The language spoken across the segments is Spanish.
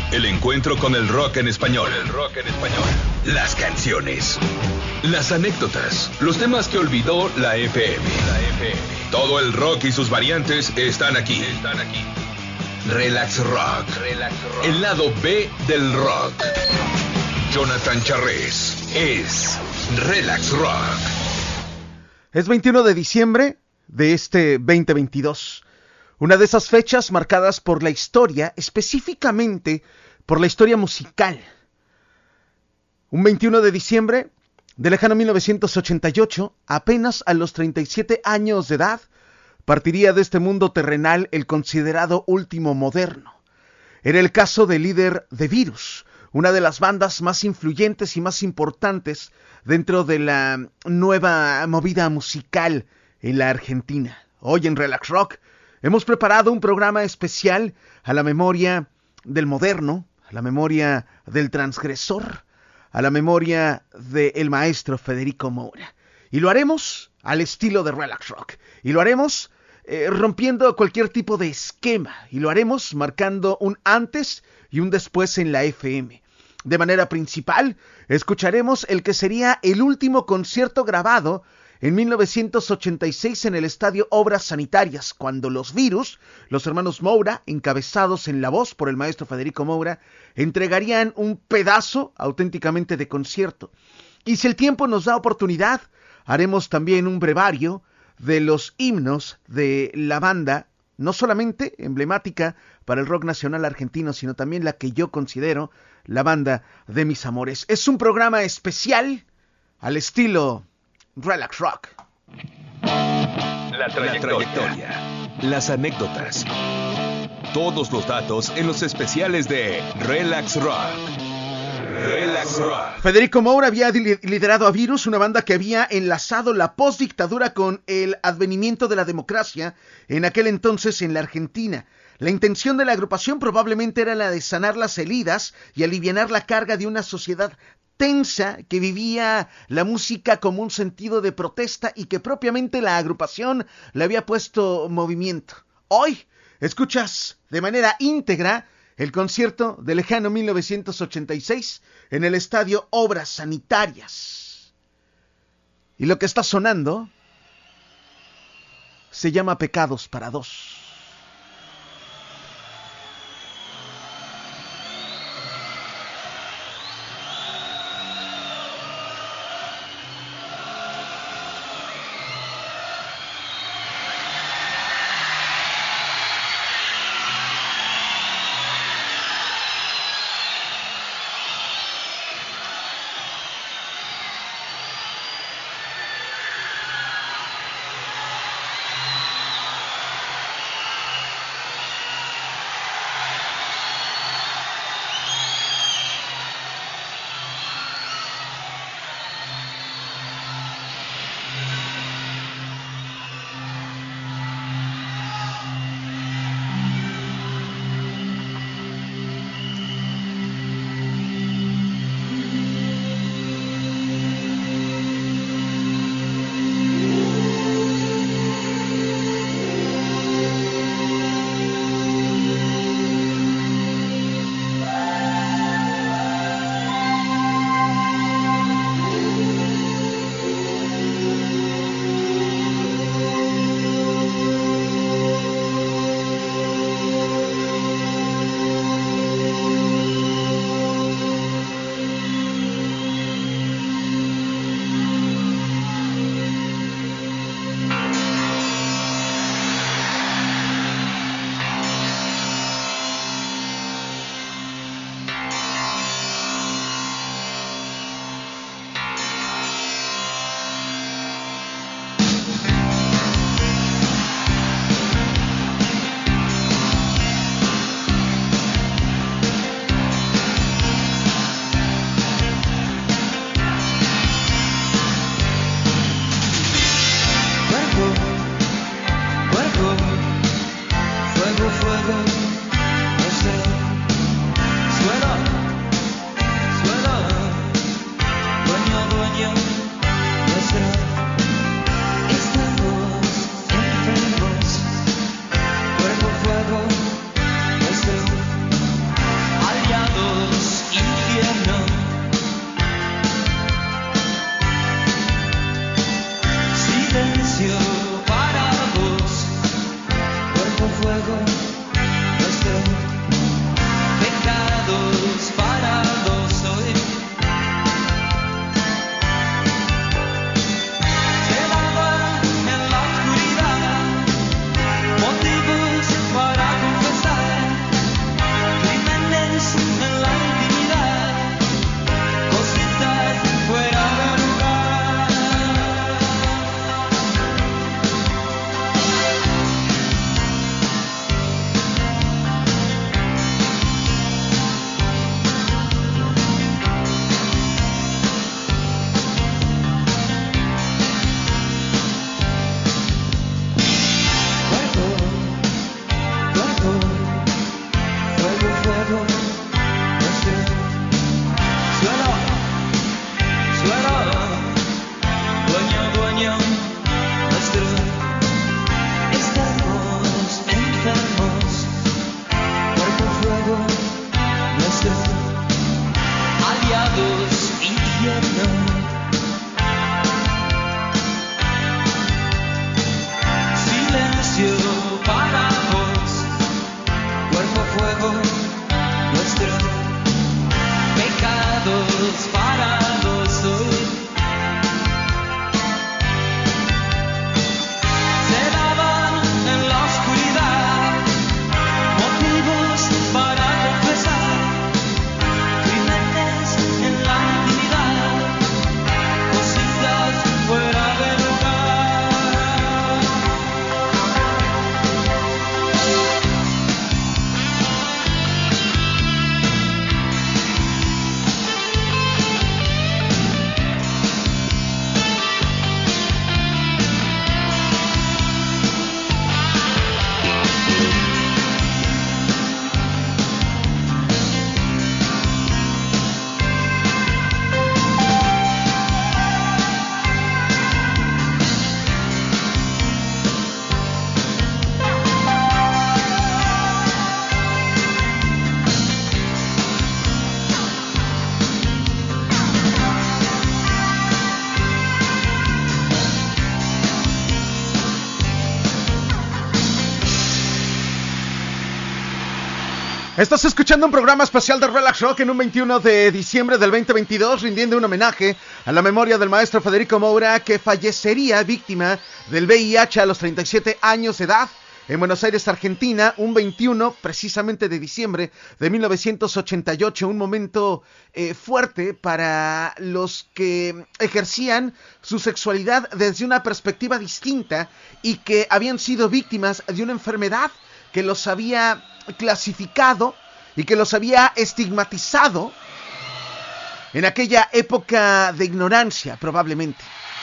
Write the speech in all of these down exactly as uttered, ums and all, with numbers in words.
El encuentro con el rock en español. El rock en español. Las canciones, las anécdotas, los temas que olvidó la F M. La F M. Todo el rock y sus variantes están aquí. Están aquí. Relax Rock. Relax Rock. El lado B del rock. Jonathan Charrés es Relax Rock. Es veintiuno de diciembre de este veinte veintidós. Una de esas fechas marcadas por la historia, específicamente por la historia musical. Un veintiuno de diciembre del lejano mil novecientos ochenta y ocho, apenas a los treinta y siete años de edad, partiría de este mundo terrenal el considerado último moderno. Era el caso del líder de Virus, una de las bandas más influyentes y más importantes dentro de la nueva movida musical en la Argentina. Hoy en Relax Rock hemos preparado un programa especial a la memoria del moderno, a la memoria del transgresor, a la memoria del maestro Federico Moura. Y lo haremos al estilo de Relax Rock. Y lo haremos eh, rompiendo cualquier tipo de esquema. Y lo haremos marcando un antes y un después en la F M. De manera principal, escucharemos el que sería el último concierto grabado en mil novecientos ochenta y seis en el estadio Obras Sanitarias, cuando los Virus, los hermanos Moura, encabezados en la voz por el maestro Federico Moura, entregarían un pedazo auténticamente de concierto. Y si el tiempo nos da oportunidad, haremos también un brevario de los himnos de la banda, no solamente emblemática para el rock nacional argentino, sino también la que yo considero la banda de mis amores. Es un programa especial al estilo Relax Rock. La trayectoria, la trayectoria, las anécdotas, todos los datos en los especiales de Relax Rock. Relax Rock. Federico Moura había liderado a Virus, una banda que había enlazado la postdictadura con el advenimiento de la democracia en aquel entonces en la Argentina. La intención de la agrupación probablemente era la de sanar las heridas y alivianar la carga de una sociedad tensa que vivía la música como un sentido de protesta y que propiamente la agrupación le había puesto movimiento. Hoy escuchas de manera íntegra el concierto del lejano mil novecientos ochenta y seis en el estadio Obras Sanitarias. Y lo que está sonando se llama Pecados para Dos. fuego nuestro. Suelo, suelo, dueño, dueño nuestro. Estamos enfermos, cuerpo, fuego nuestro. Aliados, infierno. Silencio para vos, cuerpo, fuego nuestro. Pecados parados hoy. Se daban en la oscuridad motivos para confesar. Crímenes en la intimidad, cositas fuera de lugar. Estás escuchando un programa especial de Relax Rock en un veintiuno de diciembre del veinte veintidós, rindiendo un homenaje a la memoria del maestro Federico Moura, que fallecería víctima del V I H a los treinta y siete años de edad en Buenos Aires, Argentina, un veintiuno precisamente de diciembre de mil novecientos ochenta y ocho, un momento eh, fuerte para los que ejercían su sexualidad desde una perspectiva distinta y que habían sido víctimas de una enfermedad que los había clasificado y que los había estigmatizado en aquella época de ignorancia, probablemente.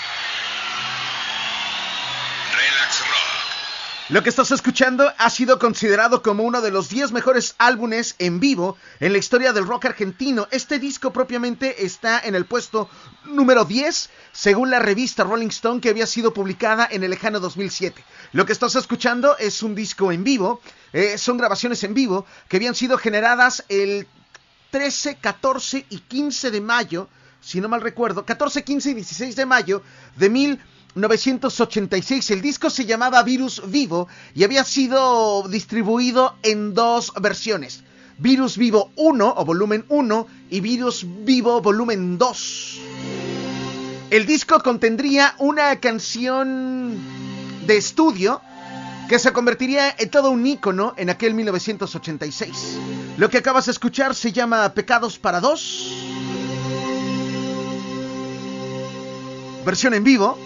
Relax Rock. Lo que estás escuchando ha sido considerado como uno de los diez mejores álbumes en vivo en la historia del rock argentino. Este disco propiamente está en el puesto número diez, según la revista Rolling Stone, que había sido publicada en el lejano dos mil siete. Lo que estás escuchando es un disco en vivo, eh, son grabaciones en vivo que habían sido generadas el trece, catorce y quince de mayo, si no mal recuerdo, catorce, quince y dieciséis de mayo de mil novecientos ochenta y seis. El disco se llamaba Virus Vivo y había sido distribuido en dos versiones: Virus Vivo uno o volumen uno y Virus Vivo volumen dos. El disco contendría una canción de estudio que se convertiría en todo un ícono en aquel mil novecientos ochenta y seis. Lo que acabas de escuchar se llama Pecados para dos, versión en vivo.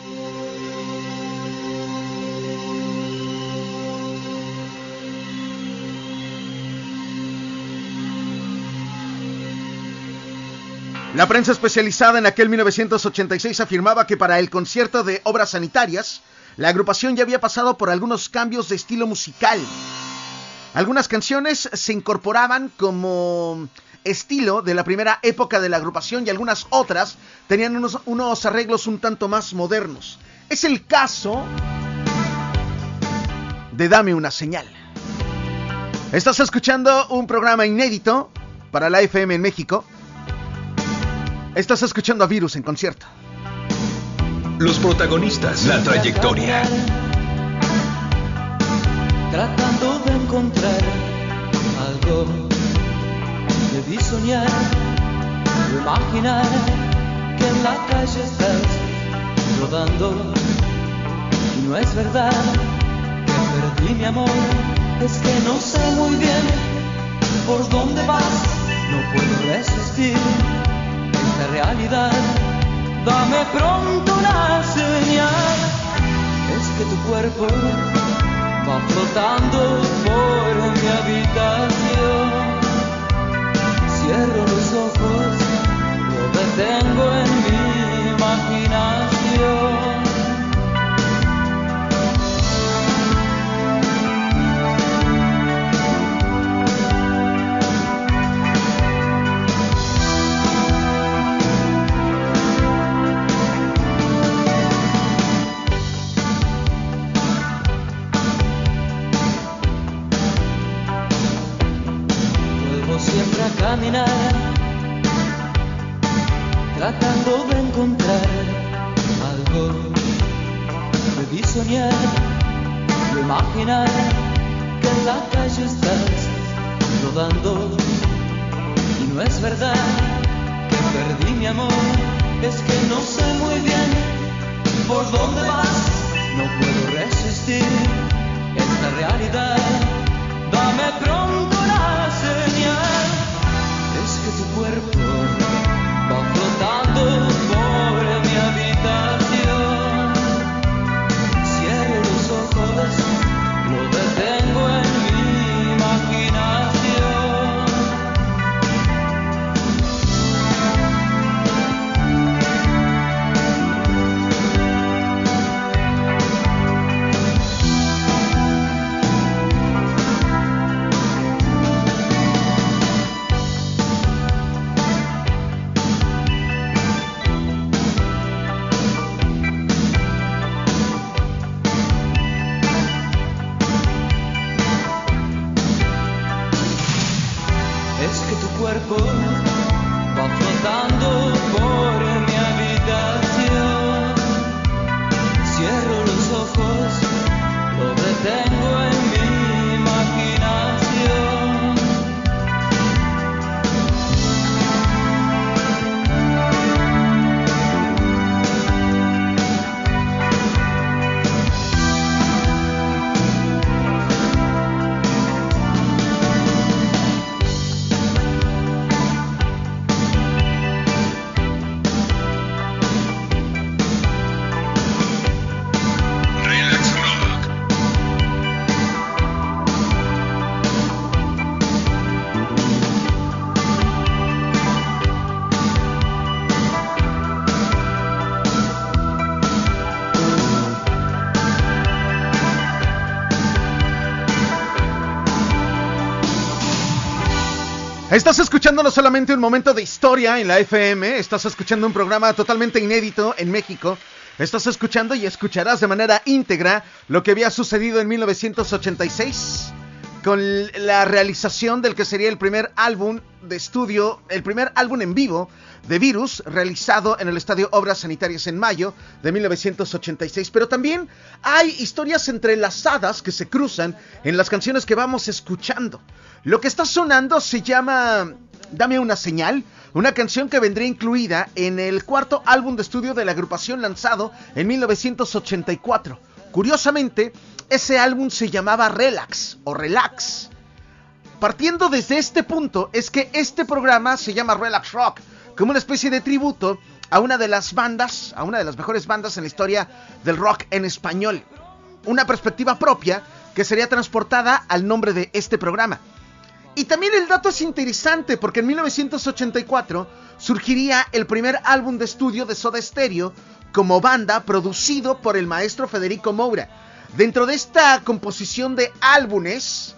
La prensa especializada en aquel mil novecientos ochenta y seis afirmaba que para el concierto de Obras Sanitarias, la agrupación ya había pasado por algunos cambios de estilo musical. Algunas canciones se incorporaban como estilo de la primera época de la agrupación y algunas otras tenían unos, unos arreglos un tanto más modernos. Es el caso de Dame una señal. Estás escuchando un programa inédito para la F M en México. Estás escuchando a Virus en concierto. Los protagonistas, la trayectoria. Tratando de encontrar algo, debí soñar, o imaginar que en la calle estás rodando. Y no es verdad que perdí mi amor, es que no sé muy bien por dónde vas, no puedo resistir esta realidad. Dame pronto una señal, es que tu cuerpo va flotando por mi habitación. Cierro los ojos, lo detengo en mi imaginación. caminar, tratando de encontrar algo. Debí soñar, de imaginar que en la calle estás rodando. Y no es verdad que perdí mi amor, es que no sé muy bien por dónde vas. No puedo resistir esta realidad, dame pronto una señal. Es que tu cuerpo va flotando por mi habitación. Cierro los ojos, lo detengo en mi imaginación. Va flotando por mi habitación. Cierro los ojos, lo detengo en mi imaginación. Estás escuchando no solamente un momento de historia en la F M, estás escuchando un programa totalmente inédito en México. Estás escuchando y escucharás de manera íntegra lo que había sucedido en mil novecientos ochenta y seis con la realización del que sería el primer álbum de estudio, el primer álbum en vivo de Virus, realizado en el Estadio Obras Sanitarias en mayo de mil novecientos ochenta y seis. Pero también hay historias entrelazadas que se cruzan en las canciones que vamos escuchando. Lo que está sonando se llama Dame una señal, una canción que vendría incluida en el cuarto álbum de estudio de la agrupación lanzado en mil novecientos ochenta y cuatro. Curiosamente, ese álbum se llamaba Relax o Relax. Partiendo desde este punto es que este programa se llama Relax Rock, como una especie de tributo a una de las bandas, a una de las mejores bandas en la historia del rock en español. Una perspectiva propia que sería transportada al nombre de este programa. Y también el dato es interesante porque en mil novecientos ochenta y cuatro surgiría el primer álbum de estudio de Soda Stereo como banda, producido por el maestro Federico Moura. Dentro de esta composición de álbumes,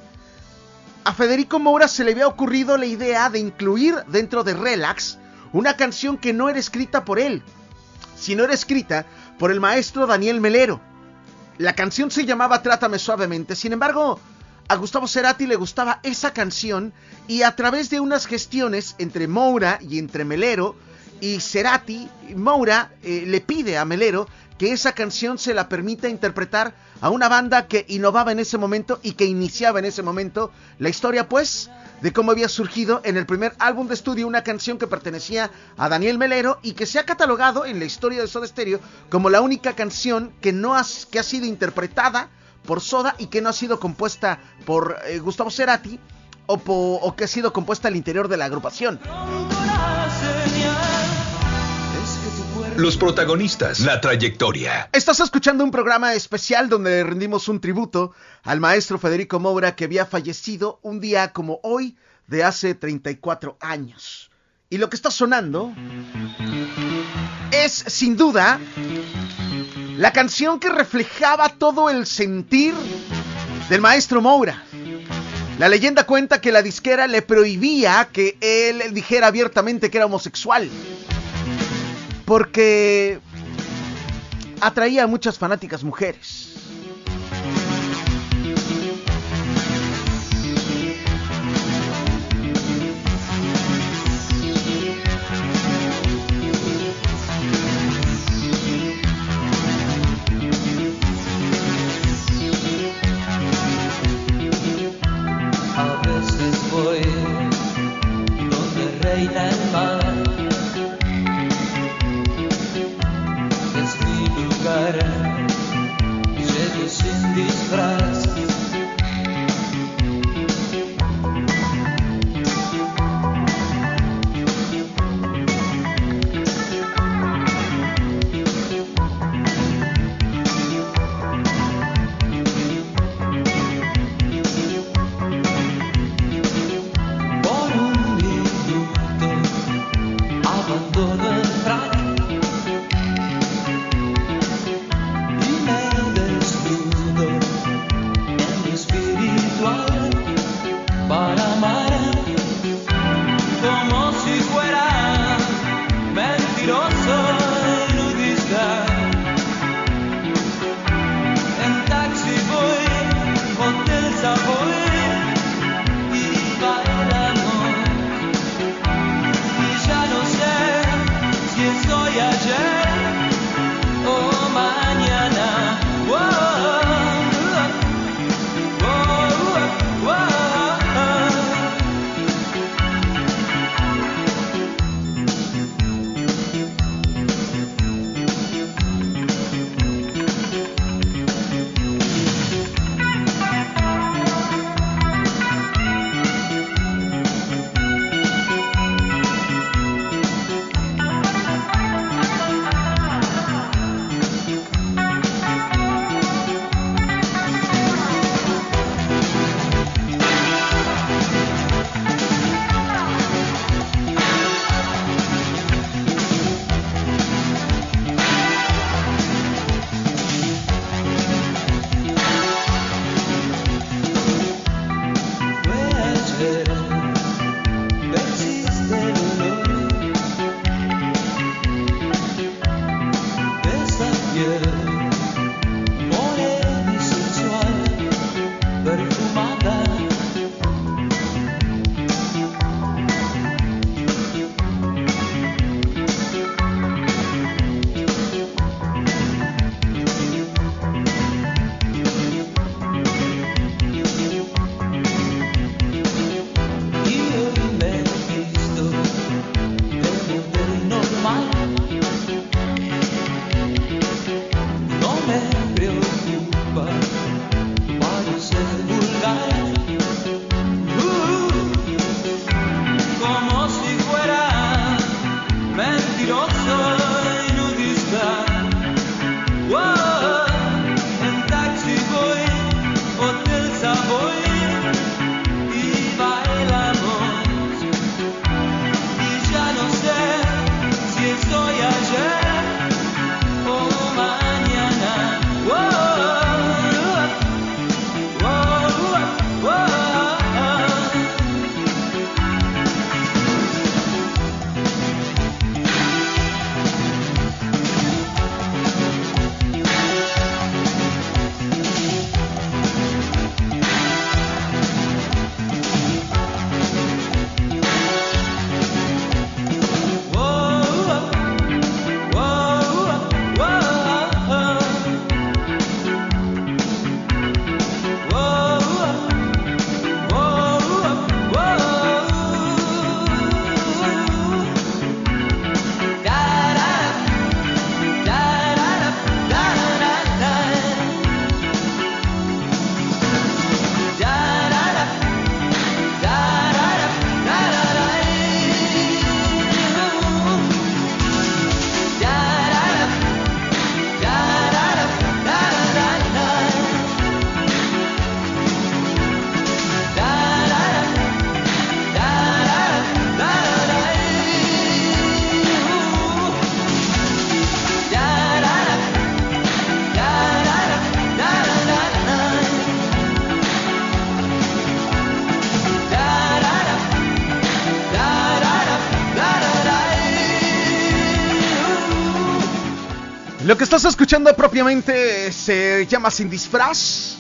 a Federico Moura se le había ocurrido la idea de incluir dentro de Relax una canción que no era escrita por él, sino era escrita por el maestro Daniel Melero. La canción se llamaba Trátame Suavemente, sin embargo, a Gustavo Cerati le gustaba esa canción y a través de unas gestiones entre Moura y entre Melero y Cerati, Moura eh, le pide a Melero que esa canción se la permita interpretar a una banda que innovaba en ese momento y que iniciaba en ese momento la historia, pues, de cómo había surgido en el primer álbum de estudio una canción que pertenecía a Daniel Melero y que se ha catalogado en la historia de Soda Stereo como la única canción que, no ha, que ha sido interpretada por Soda y que no ha sido compuesta por eh, Gustavo Cerati o, po, o que ha sido compuesta al interior de la agrupación. Los protagonistas, la trayectoria. Estás escuchando un programa especial donde rendimos un tributo al maestro Federico Moura, que había fallecido un día como hoy de hace treinta y cuatro años. Y lo que está sonando es, sin duda, la canción que reflejaba todo el sentir del maestro Moura. La leyenda cuenta que la disquera le prohibía que él dijera abiertamente que era homosexual, porque atraía a muchas fanáticas mujeres. reina el mar. Es mi lugar, llego sin disfraz. Lo que estás escuchando propiamente se llama Sin Disfraz,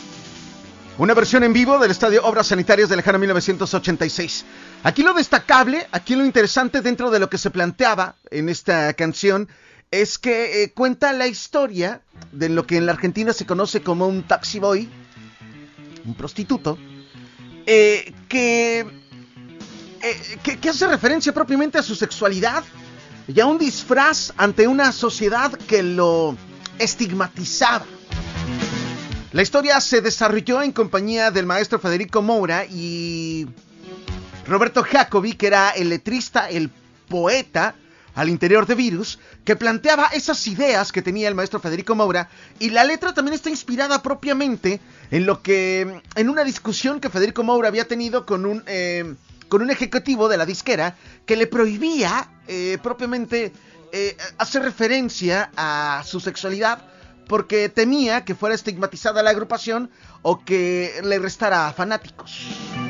una versión en vivo del Estadio Obras Sanitarias del lejano mil novecientos ochenta y seis. Aquí lo destacable, aquí lo interesante dentro de lo que se planteaba en esta canción es que eh, cuenta la historia de lo que en la Argentina se conoce como un taxi boy, un prostituto, eh, que eh, que, que hace referencia propiamente a su sexualidad y a un disfraz ante una sociedad que lo estigmatizaba. La historia se desarrolló en compañía del maestro Federico Moura y Roberto Jacobi, que era el letrista, el poeta al interior de Virus, que planteaba esas ideas que tenía el maestro Federico Moura, y la letra también está inspirada propiamente en lo que, en una discusión que Federico Moura había tenido con un, eh, con un ejecutivo de la disquera que le prohibía eh, propiamente eh, hacer referencia a su sexualidad, porque temía que fuera estigmatizada la agrupación o que le restara fanáticos.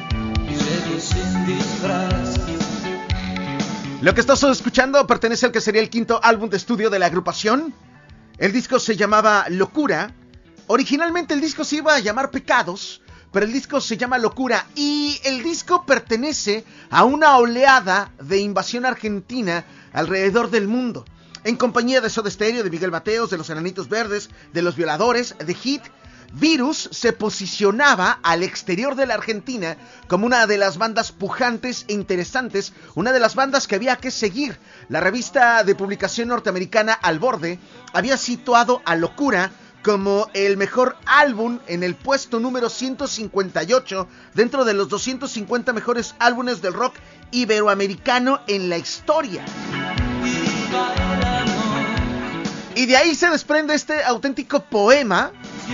Lo que estás escuchando pertenece al que sería el quinto álbum de estudio de la agrupación. El disco se llamaba Locura. Originalmente el disco se iba a llamar Pecados, pero el disco se llama Locura, y el disco pertenece a una oleada de invasión argentina alrededor del mundo, en compañía de Soda Stereo, de Miguel Mateos, de Los Enanitos Verdes, de Los Violadores, de Hit. Virus se posicionaba al exterior de la Argentina como una de las bandas pujantes e interesantes, una de las bandas que había que seguir. La revista de publicación norteamericana Al Borde había situado a Locura como el mejor álbum en el puesto número ciento cincuenta y ocho dentro de los doscientos cincuenta mejores álbumes del rock iberoamericano en la historia. Y de ahí se desprende este auténtico poema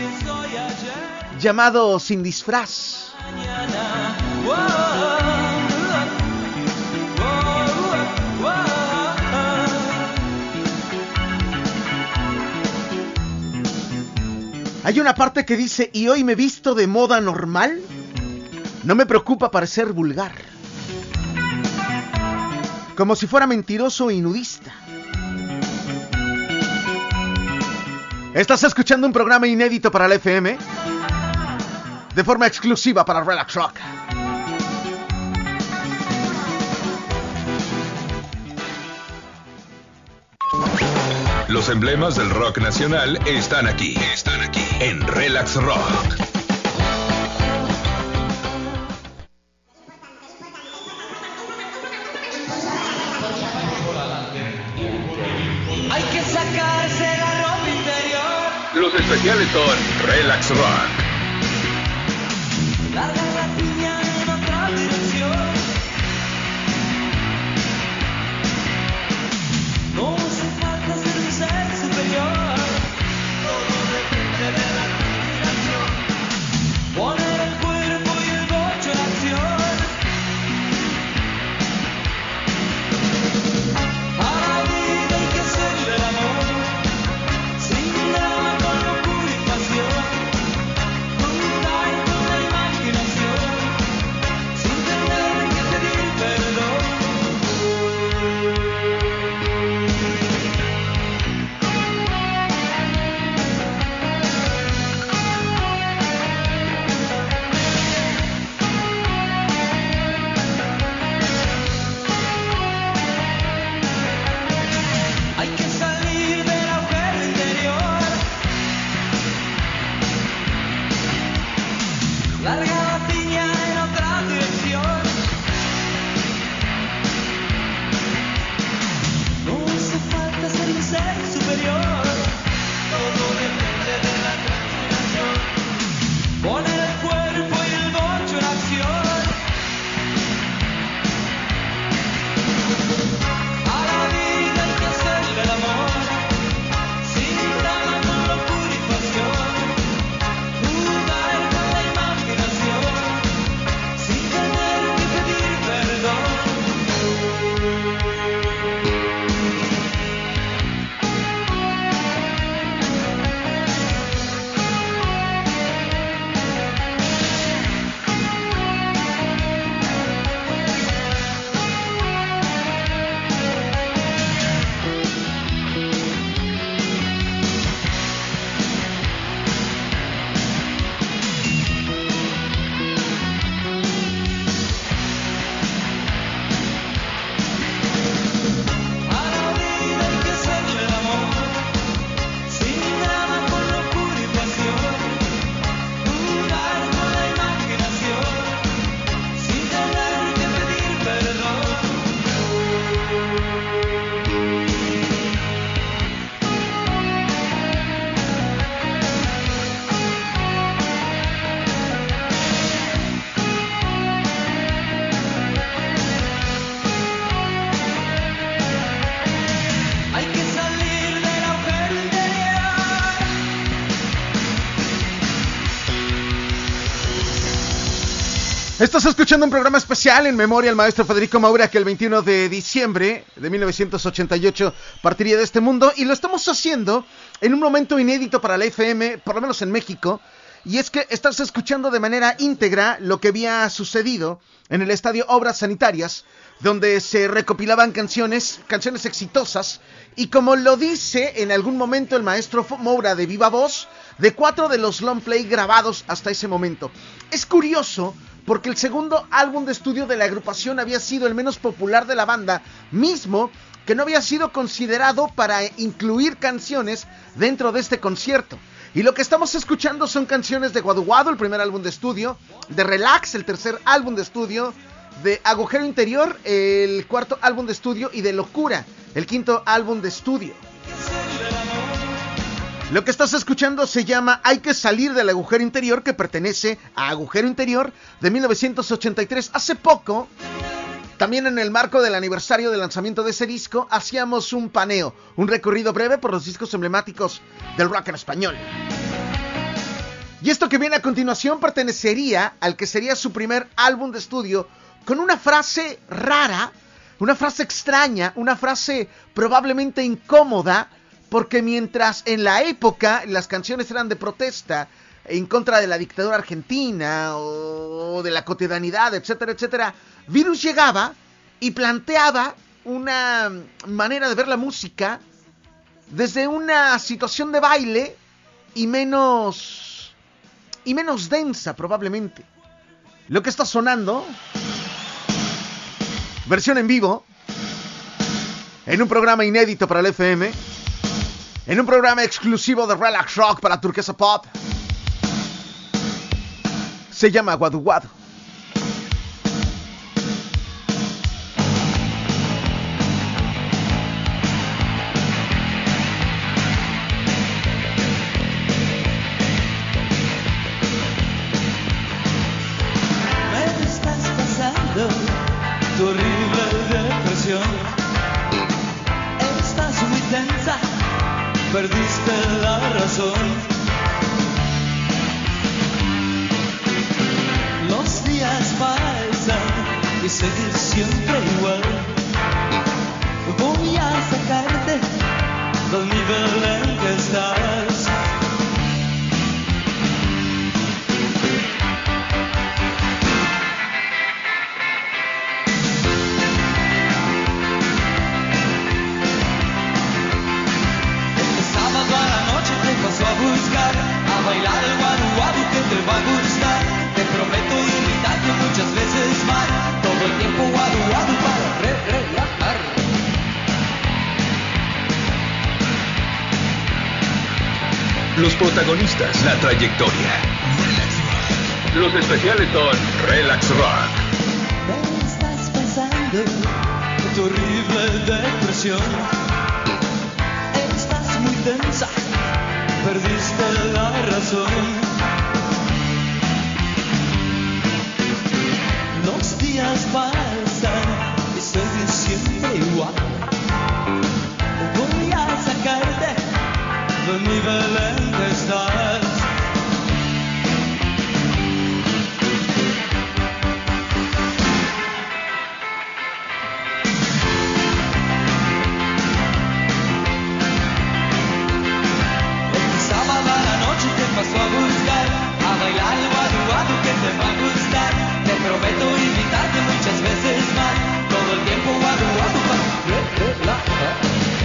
llamado Sin Disfraz. Hay una parte que dice: y hoy me visto de moda normal, no me preocupa parecer vulgar, como si fuera mentiroso y nudista. Estás escuchando un programa inédito para la F M, de forma exclusiva para Relax Rock. Los emblemas del rock nacional están aquí, están aquí en Relax Rock. Hay que sacarse la ropa interior. Los especiales son Relax Rock. Larga la piña en otra dirección. No hace falta ser un ser superior. Todo depende de la combinación. Poner el cuerpo y el bocho en acción. A la vida hay que hacerle el amor. Sin drama, con locura y pasión. Estás escuchando un programa especial en memoria al maestro Federico Maura, que el veintiuno de diciembre de mil novecientos ochenta y ocho partiría de este mundo, y lo estamos haciendo en un momento inédito para la F M, por lo menos en México, y es que estás escuchando de manera íntegra lo que había sucedido en el estadio Obras Sanitarias, donde se recopilaban canciones, canciones exitosas, y como lo dice en algún momento el maestro Moura de viva voz, de cuatro de los long play grabados hasta ese momento. Es curioso porque el segundo álbum de estudio de la agrupación había sido el menos popular de la banda, mismo que no había sido considerado para incluir canciones dentro de este concierto. Y lo que estamos escuchando son canciones de Guadu Guadu, el primer álbum de estudio, de Relax, el tercer álbum de estudio, de Agujero Interior, el cuarto álbum de estudio, y de Locura, el quinto álbum de estudio. Lo que estás escuchando se llama Hay que salir del agujero interior, que pertenece a Agujero Interior de mil novecientos ochenta y tres. Hace poco, también en el marco del aniversario del lanzamiento de ese disco, hacíamos un paneo, un recorrido breve por los discos emblemáticos del rock en español. Y esto que viene a continuación pertenecería al que sería su primer álbum de estudio, con una frase rara, una frase extraña, una frase probablemente incómoda, porque mientras en la época las canciones eran de protesta en contra de la dictadura argentina o de la cotidianidad, etcétera, etcétera, Virus llegaba y planteaba una manera de ver la música desde una situación de baile y menos y menos densa probablemente. Lo que está sonando, versión en vivo, en un programa inédito para el F M, en un programa exclusivo de Relax Rock para Turquesa Pop, se llama Guadu Guadu. Me estás pasando tu horrible depresión. Estás muy tensa, perdiste la razón. Los días pasan y seguir siempre igual. Voy a sacarte del nivel en que estás. A buscar, a bailar el guadu guadu que te va a gustar. Te prometo invitarte muchas veces más. Todo el tiempo guadu guadu para re relajar. Los protagonistas, la trayectoria. Los especiales son Relax Rock. Me estás pasando tu horrible depresión. Estás muy tensa, perdiste la razón. Los días pasan y segues siempre igual. Voy a sacarte del nivel en que estás. Paso a buscar, a bailar el guadu guadu que te va a gustar. Te prometo invitarte muchas veces más. Todo el tiempo guadu guadu para relajar.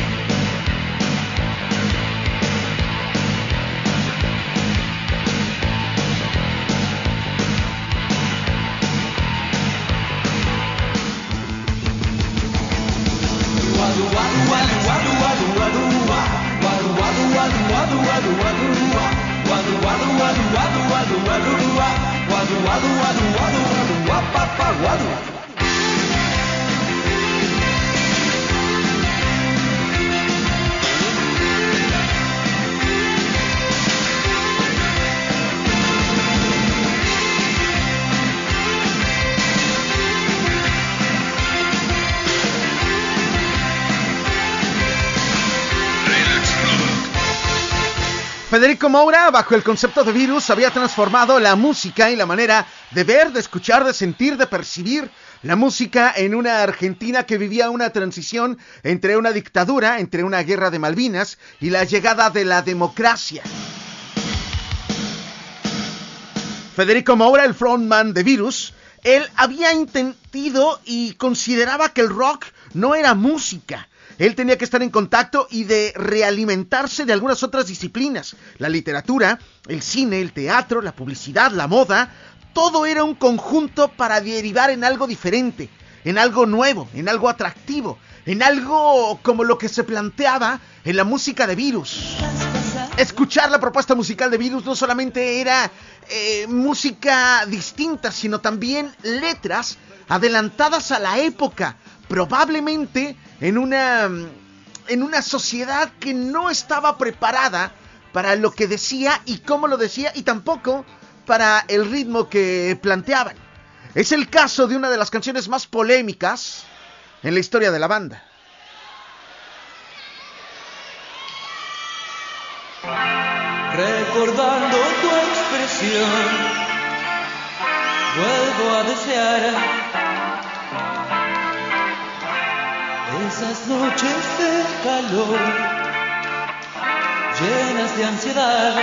Guadu guadu guadu guadu guadu guadu guadu guadu guadu guadu guadu guadu Guadu guadu guadu guadu guadu guadu guadu guadu guadu guadu guadu guapapa guadu. Federico Moura, bajo el concepto de Virus, había transformado la música y la manera de ver, de escuchar, de sentir, de percibir la música en una Argentina que vivía una transición entre una dictadura, entre una guerra de Malvinas y la llegada de la democracia. Federico Moura, el frontman de Virus, él había intentado y consideraba que el rock no era música. Él tenía que estar en contacto y de realimentarse de algunas otras disciplinas. La literatura, el cine, el teatro, la publicidad, la moda, todo era un conjunto para derivar en algo diferente, en algo nuevo, en algo atractivo, en algo como lo que se planteaba en la música de Virus. Escuchar la propuesta musical de Virus no solamente era eh, música distinta, sino también letras adelantadas a la época, probablemente en una, en una sociedad que no estaba preparada para lo que decía y cómo lo decía, y tampoco para el ritmo que planteaban. Es el caso de una de las canciones más polémicas en la historia de la banda. Recordando tu expresión, vuelvo a desear esas noches de calor, llenas de ansiedad,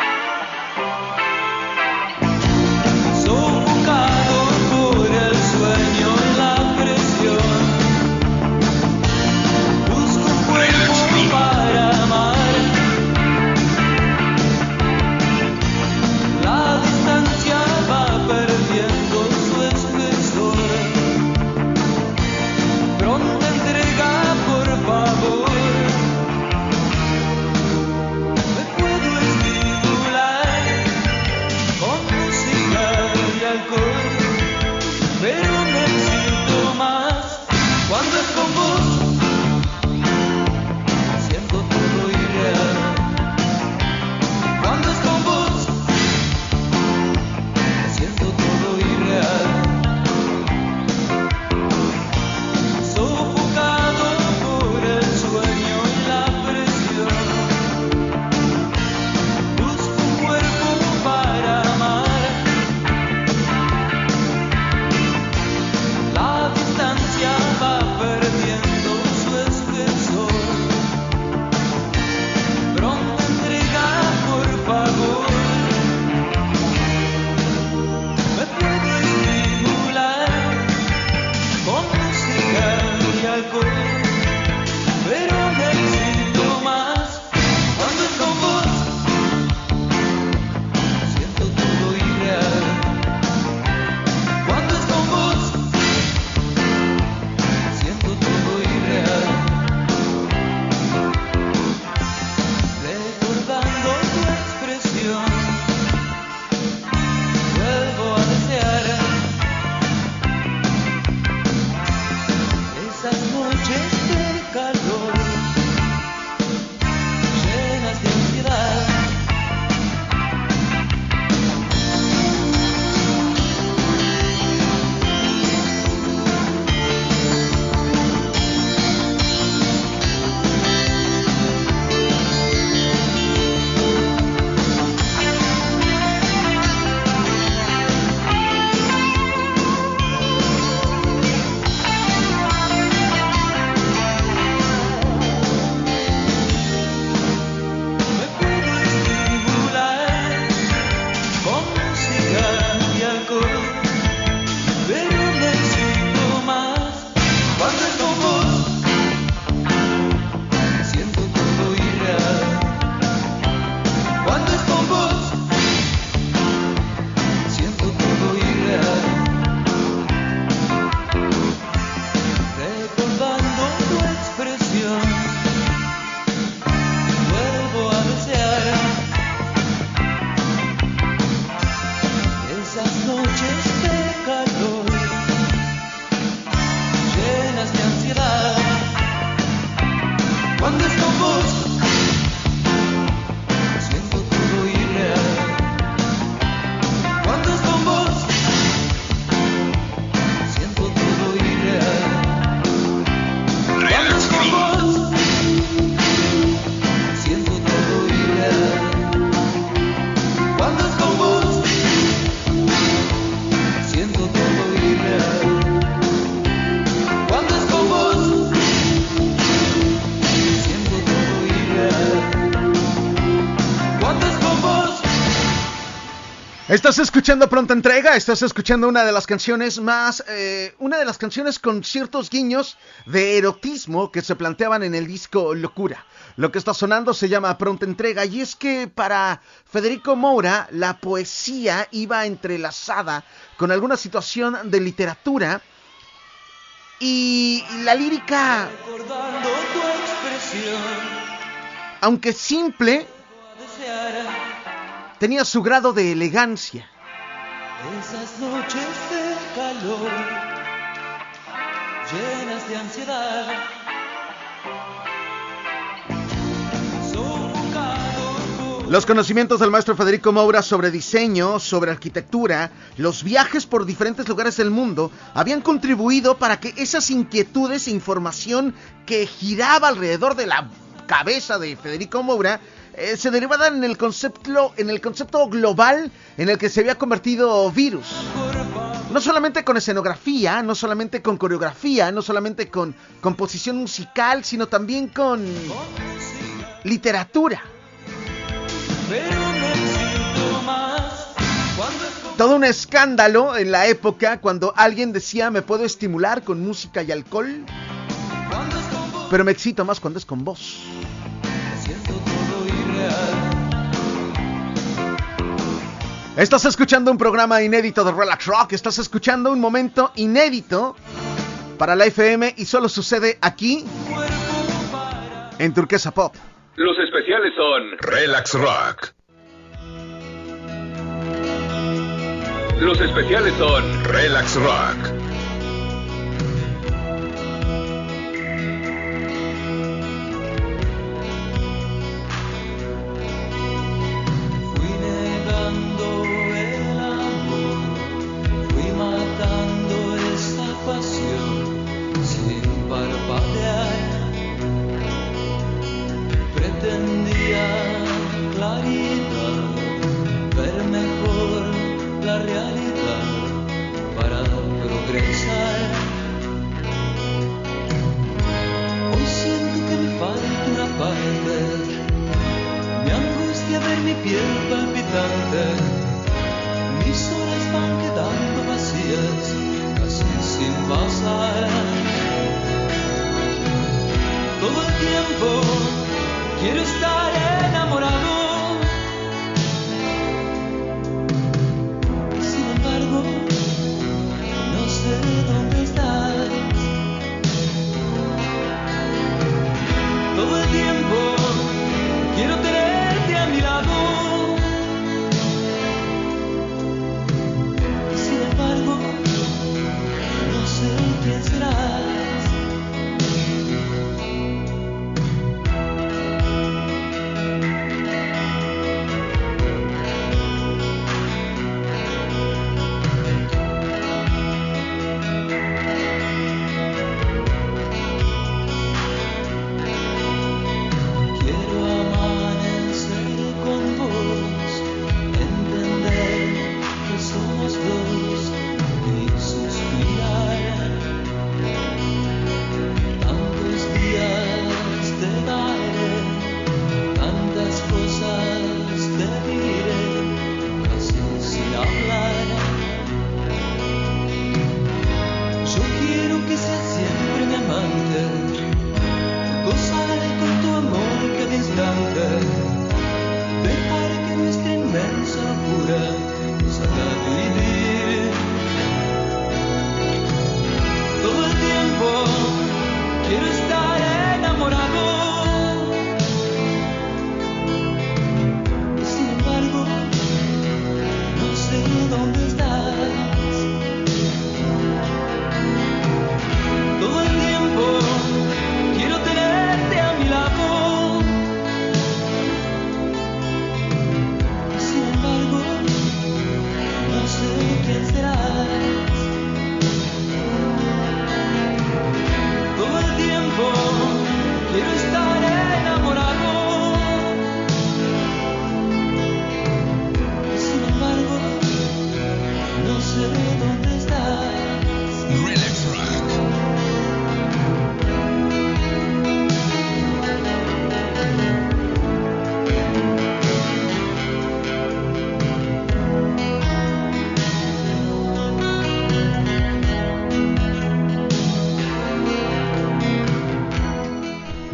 sofocado por el sueño y la presión. Busco un cuerpo para amar. La distancia va perdiendo su espesor. Pronta entrega, por favor. Me puedo escribir. Estás escuchando Pronta Entrega, estás escuchando una de las canciones más, eh, una de las canciones con ciertos guiños de erotismo que se planteaban en el disco Locura. Lo que está sonando se llama Pronta Entrega, y es que para Federico Moura la poesía iba entrelazada con alguna situación de literatura, y la lírica, aunque simple, tenía su grado de elegancia. Esas noches de calor, llenas de ansiedad, los conocimientos del maestro Federico Moura sobre diseño, sobre arquitectura, los viajes por diferentes lugares del mundo habían contribuido para que esas inquietudes e información que giraba alrededor de la cabeza de Federico Moura eh, se derivaran en el concepto, en el concepto global en el que se había convertido Virus. No solamente con escenografía, no solamente con coreografía, no solamente con composición musical, sino también con literatura. Todo un escándalo en la época cuando alguien decía: me puedo estimular con música y alcohol, pero me excito más cuando es con voz. Estás escuchando un programa inédito de Relax Rock, estás escuchando un momento inédito para la F M y solo sucede aquí en Turquesa Pop. Los especiales son Relax Rock. Los especiales son Relax Rock. fui negando el amor, fui matando esa pasión sin parpadear. Pretendía claridad, ver mejor la realidad para progresar. Hoy siento que me falta una parte, me angustia ver mi piel palpitante. Mis horas van quedando vacías, casi sin pasar. Todo el tiempo quiero estar enamorado, sin embargo, no sé dónde estás. Todo el tiempo quiero tenerte a mi lado, sin embargo, no sé quién serás.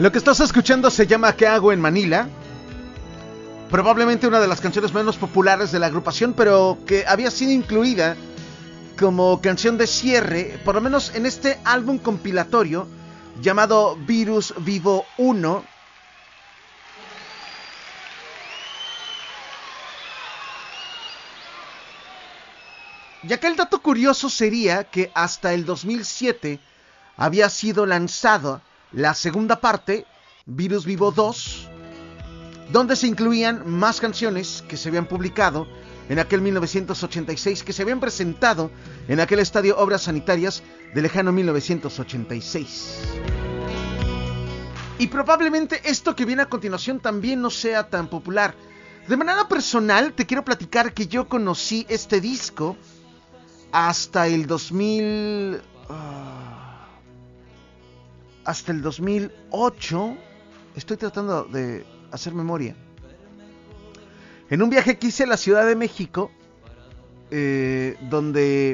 Lo que estás escuchando se llama ¿Qué hago en Manila? Probablemente una de las canciones menos populares de la agrupación, pero que había sido incluida como canción de cierre, por lo menos en este álbum compilatorio llamado Virus Vivo uno. Ya que el dato curioso sería que hasta el dos mil siete había sido lanzada la segunda parte, Virus Vivo dos, donde se incluían más canciones que se habían publicado en aquel mil novecientos ochenta y seis, que se habían presentado en aquel estadio Obras Sanitarias del lejano mil novecientos ochenta y seis. Y probablemente esto que viene a continuación también no sea tan popular. De manera personal, te quiero platicar que yo conocí este disco hasta el dos mil... Uh, hasta el dos mil ocho. Estoy tratando de hacer memoria. En un viaje que hice a la Ciudad de México, eh, donde...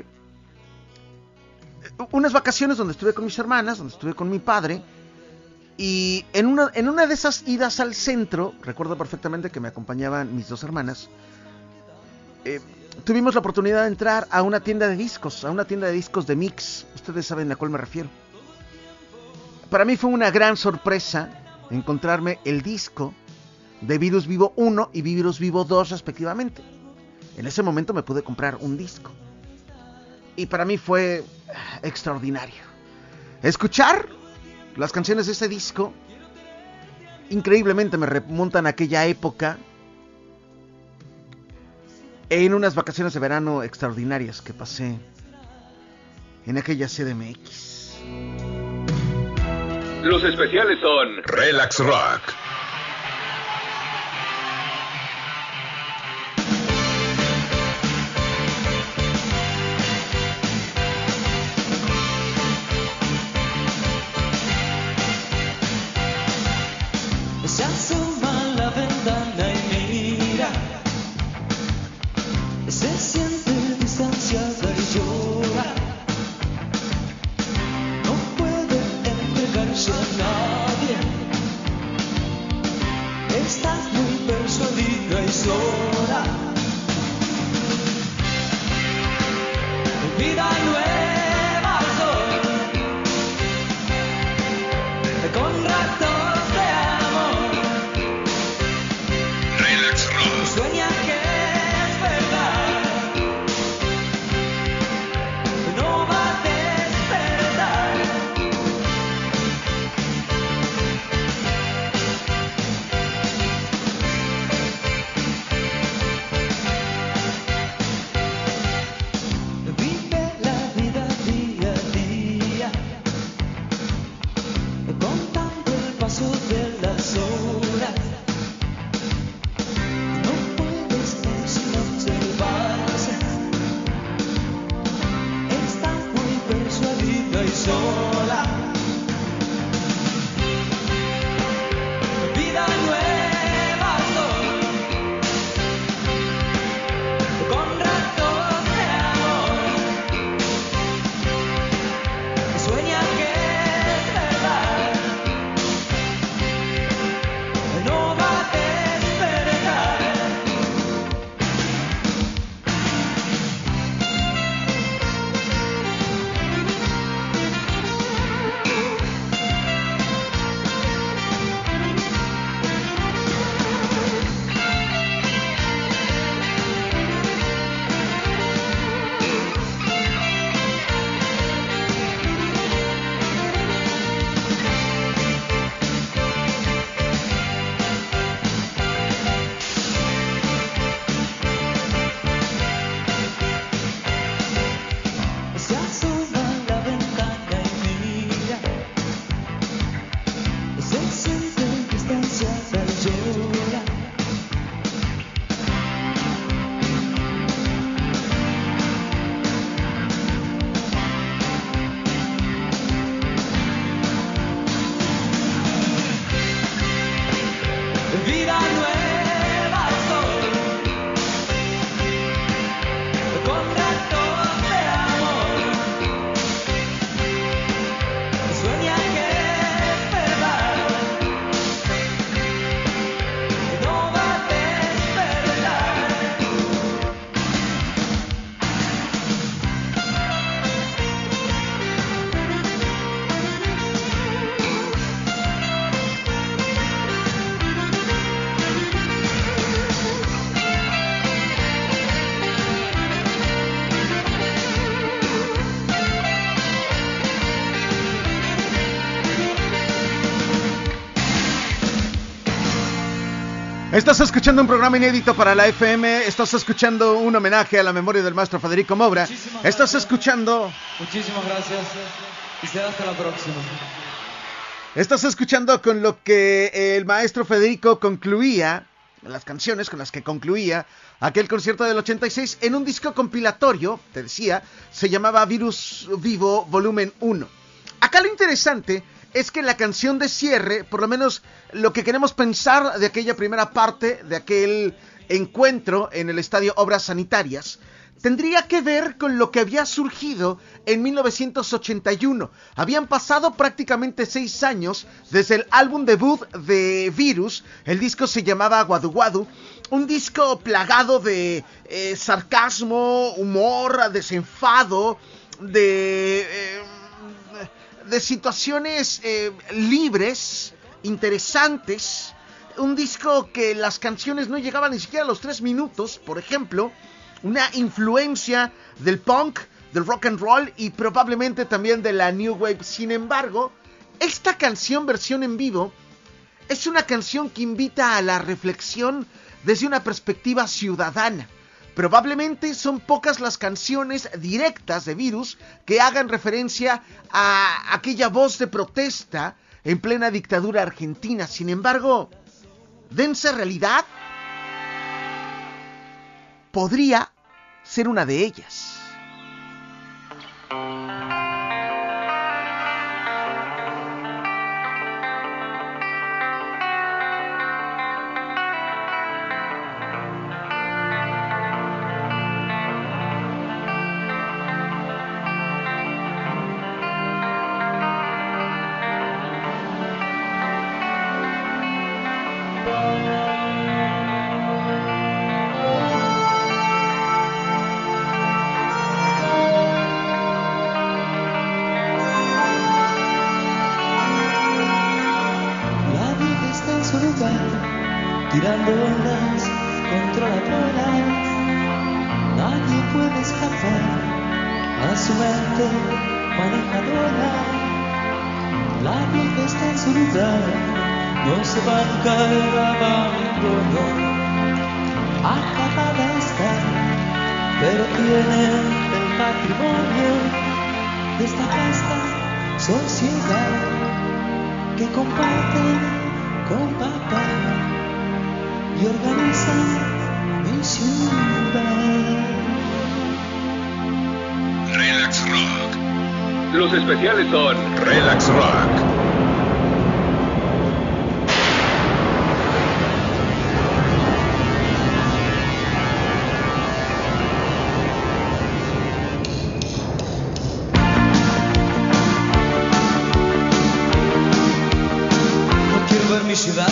unas vacaciones donde estuve con mis hermanas, donde estuve con mi padre, y en una, en una de esas idas al centro, recuerdo perfectamente que me acompañaban mis dos hermanas, eh, tuvimos la oportunidad de entrar a una tienda de discos, a una tienda de discos de Mix. Ustedes saben a cuál me refiero. Para mí fue una gran sorpresa encontrarme el disco de Virus Vivo uno y Virus Vivo dos respectivamente. En ese momento me pude comprar un disco. Y para mí fue extraordinario. Escuchar las canciones de ese disco increíblemente me remontan a aquella época, en unas vacaciones de verano extraordinarias que pasé en aquella C D M X. Los especiales son Relax Rock. Se asoma a la ventana y mira, se siente distanciada y llora. No puede entregarse a nadie. Estás muy persuadida y sola. Vida nueva soy, con ratos de amor. Relax Rock. Sueña que es verdad, no va a despertar. Vive la vida día a día, contando el paso Estás escuchando un programa inédito para la F M. Estás escuchando un homenaje a la memoria del maestro Federico Moura. Muchísimas Estás gracias. escuchando... Muchísimas gracias. Y será hasta la próxima. Estás escuchando con lo que el maestro Federico concluía, las canciones con las que concluía aquel concierto del ochenta y seis en un disco compilatorio, te decía, se llamaba Virus Vivo Volumen uno. Acá lo interesante es que la canción de cierre, por lo menos lo que queremos pensar de aquella primera parte, de aquel encuentro en el estadio Obras Sanitarias, tendría que ver con lo que había surgido en mil novecientos ochenta y uno. Habían pasado prácticamente seis años desde el álbum debut de Virus. El disco se llamaba Guadu Guadu, un disco plagado de eh, sarcasmo, humor, desenfado, de... Eh, de situaciones eh, libres, interesantes, un disco que las canciones no llegaban ni siquiera a los tres minutos, por ejemplo, una influencia del punk, del rock and roll y probablemente también de la new wave. Sin embargo, esta canción versión en vivo es una canción que invita a la reflexión desde una perspectiva ciudadana. Probablemente son pocas las canciones directas de Virus que hagan referencia a aquella voz de protesta en plena dictadura argentina. Sin embargo, densa realidad podría ser una de ellas. Tirando ondas contra la bola, nadie puede escapar a su mente manejadora. La vida está en su lugar, no se va a caer abandono. Acabada está, pero tiene el patrimonio de esta vasta sociedad que comparte con papá y organiza mi ciudad. Relax Rock. Los especiales son Relax Rock. No quiero ver mi ciudad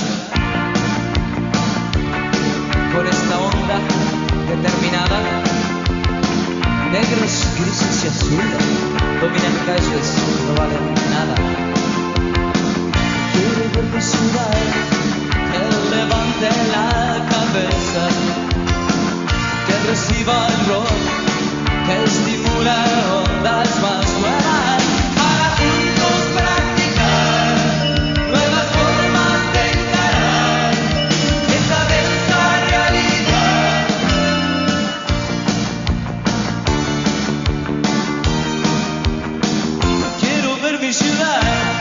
con esta onda determinada. Negros, grises y azules dominan calles, no valen nada. Quiero ver mi ciudad que levante la cabeza, que reciba el rock, que estimula ondas más buenas, para juntos practicar nuevas formas de encarar esta densa realidad. Quiero ver mi ciudad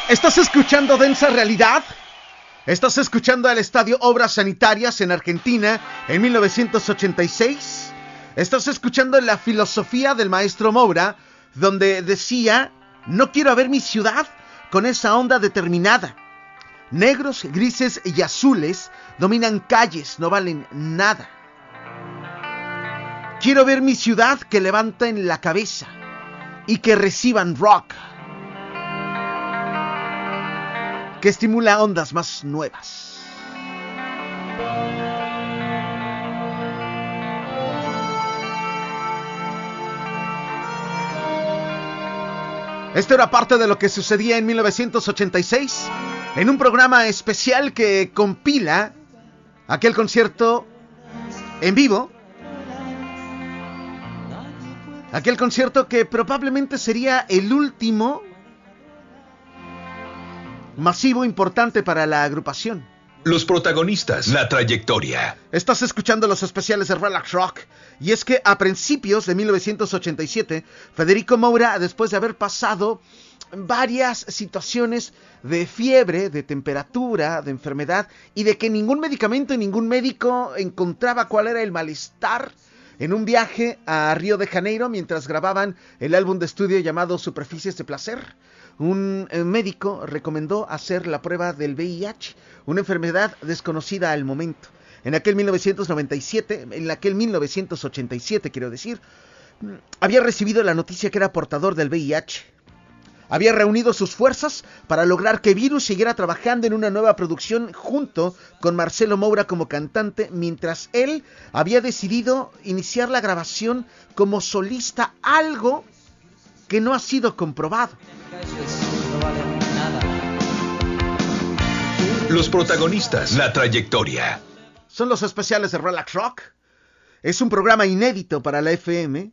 ¿Estás escuchando Densa Realidad? ¿Estás escuchando al Estadio Obras Sanitarias en Argentina en mil novecientos ochenta y seis? ¿Estás escuchando la filosofía del maestro Moura, donde decía, no quiero ver mi ciudad con esa onda determinada? Negros, grises y azules dominan calles, no valen nada. Quiero ver mi ciudad que levanten la cabeza y que reciban rock, que estimula ondas más nuevas. Esto era parte de lo que sucedía en mil novecientos ochenta y seis, en un programa especial que compila aquel concierto en vivo, aquel concierto que probablemente sería el último masivo importante para la agrupación. Los protagonistas, la trayectoria. Estás escuchando los especiales de Relax Rock. Y es que a principios de mil novecientos ochenta y siete, Federico Moura, después de haber pasado varias situaciones de fiebre, de temperatura, de enfermedad, y de que ningún medicamento y ningún médico encontraba cuál era el malestar, en un viaje a Río de Janeiro mientras grababan el álbum de estudio llamado Superficies de Placer, un médico recomendó hacer la prueba del V I H, una enfermedad desconocida al momento. En aquel mil novecientos noventa y siete, en aquel mil novecientos ochenta y siete, quiero decir, había recibido la noticia que era portador del V I H. Había reunido sus fuerzas para lograr que Virus siguiera trabajando en una nueva producción junto con Marcelo Moura como cantante, mientras él había decidido iniciar la grabación como solista, algo que no ha sido comprobado. Los protagonistas, la trayectoria. Son los especiales de Relax Rock. Es un programa inédito para la F M.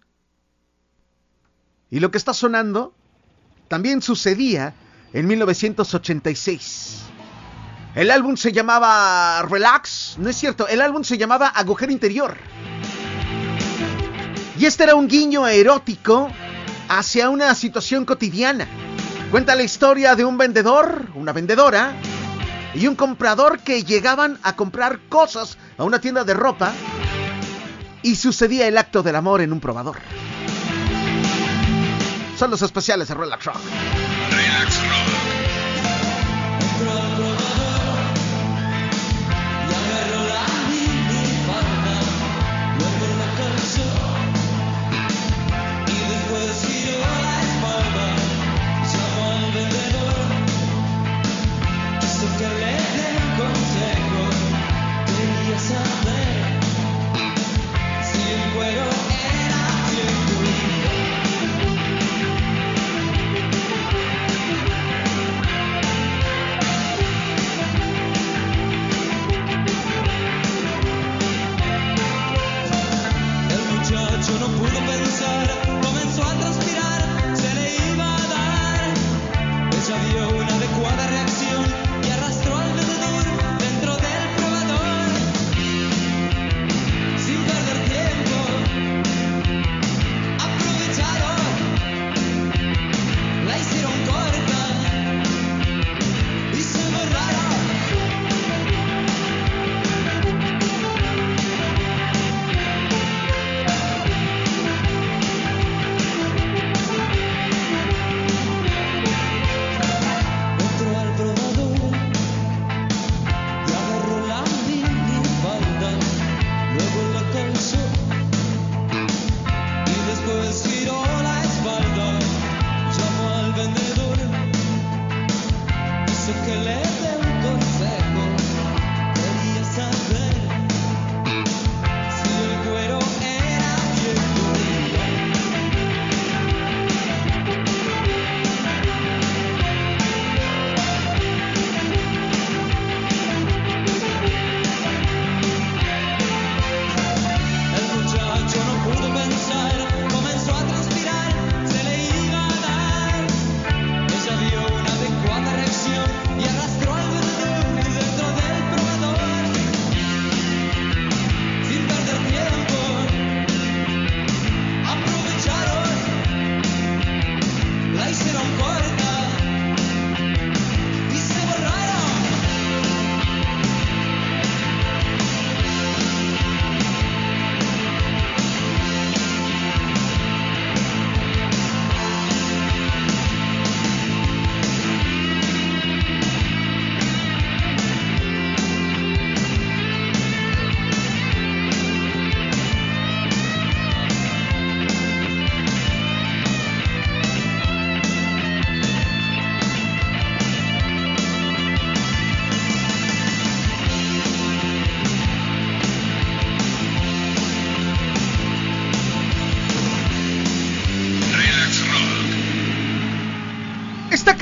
Y lo que está sonando también sucedía en mil novecientos ochenta y seis. El álbum se llamaba Relax. No es cierto, el álbum se llamaba Agujero Interior. Y este era un guiño erótico hacia una situación cotidiana. Cuenta la historia de un vendedor, una vendedora y un comprador que llegaban a comprar cosas a una tienda de ropa y sucedía el acto del amor en un probador. Son los especiales de Relax Rock. Relax Rock.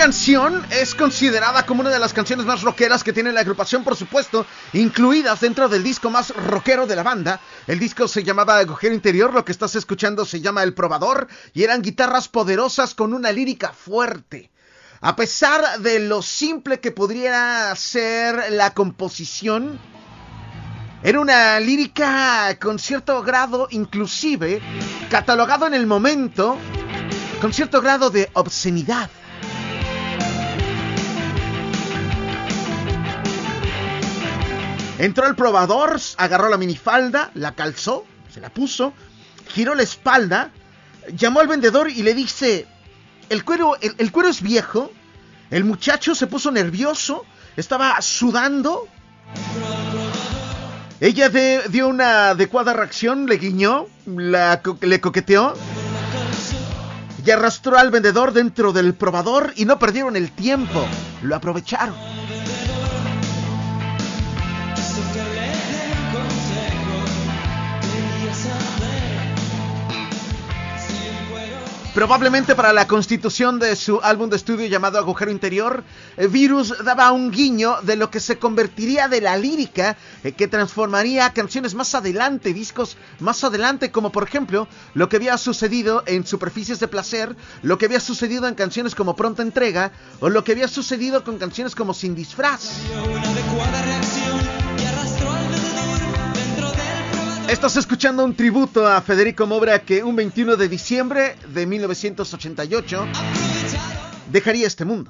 canción es considerada como una de las canciones más rockeras que tiene la agrupación, por supuesto, incluidas dentro del disco más rockero de la banda. El disco se llamaba Agujero Interior, lo que estás escuchando se llama El Probador, y eran guitarras poderosas con una lírica fuerte. A pesar de lo simple que podría ser la composición, era una lírica con cierto grado, inclusive, catalogado en el momento, con cierto grado de obscenidad. Entró al probador, agarró la minifalda, la calzó, se la puso, giró la espalda, llamó al vendedor y le dice, el cuero, el, el cuero es viejo. El muchacho se puso nervioso, estaba sudando. Ella de, dio una adecuada reacción, le guiñó, la, le coqueteó y arrastró al vendedor dentro del probador y no perdieron el tiempo, lo aprovecharon. Probablemente para la constitución de su álbum de estudio llamado Agujero Interior, Virus daba un guiño de lo que se convertiría de la lírica, eh, que transformaría canciones más adelante, discos más adelante, como por ejemplo lo que había sucedido en Superficies de Placer, lo que había sucedido en canciones como Pronta Entrega, o lo que había sucedido con canciones como Sin Disfraz. Estás escuchando un tributo a Federico Moura, que un veintiuno de diciembre de mil novecientos ochenta y ocho dejaría este mundo.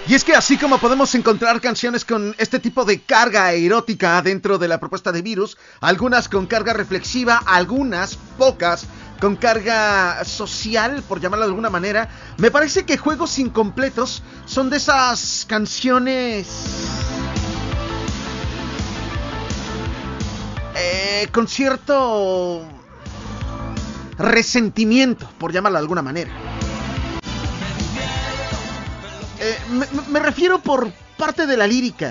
Y es que así como podemos encontrar canciones con este tipo de carga erótica dentro de la propuesta de Virus, algunas con carga reflexiva, algunas, pocas, con carga social, por llamarlo de alguna manera, me parece que Juegos Incompletos son de esas canciones eh, con cierto resentimiento, por llamarlo de alguna manera. Eh, me, me refiero por parte de la lírica.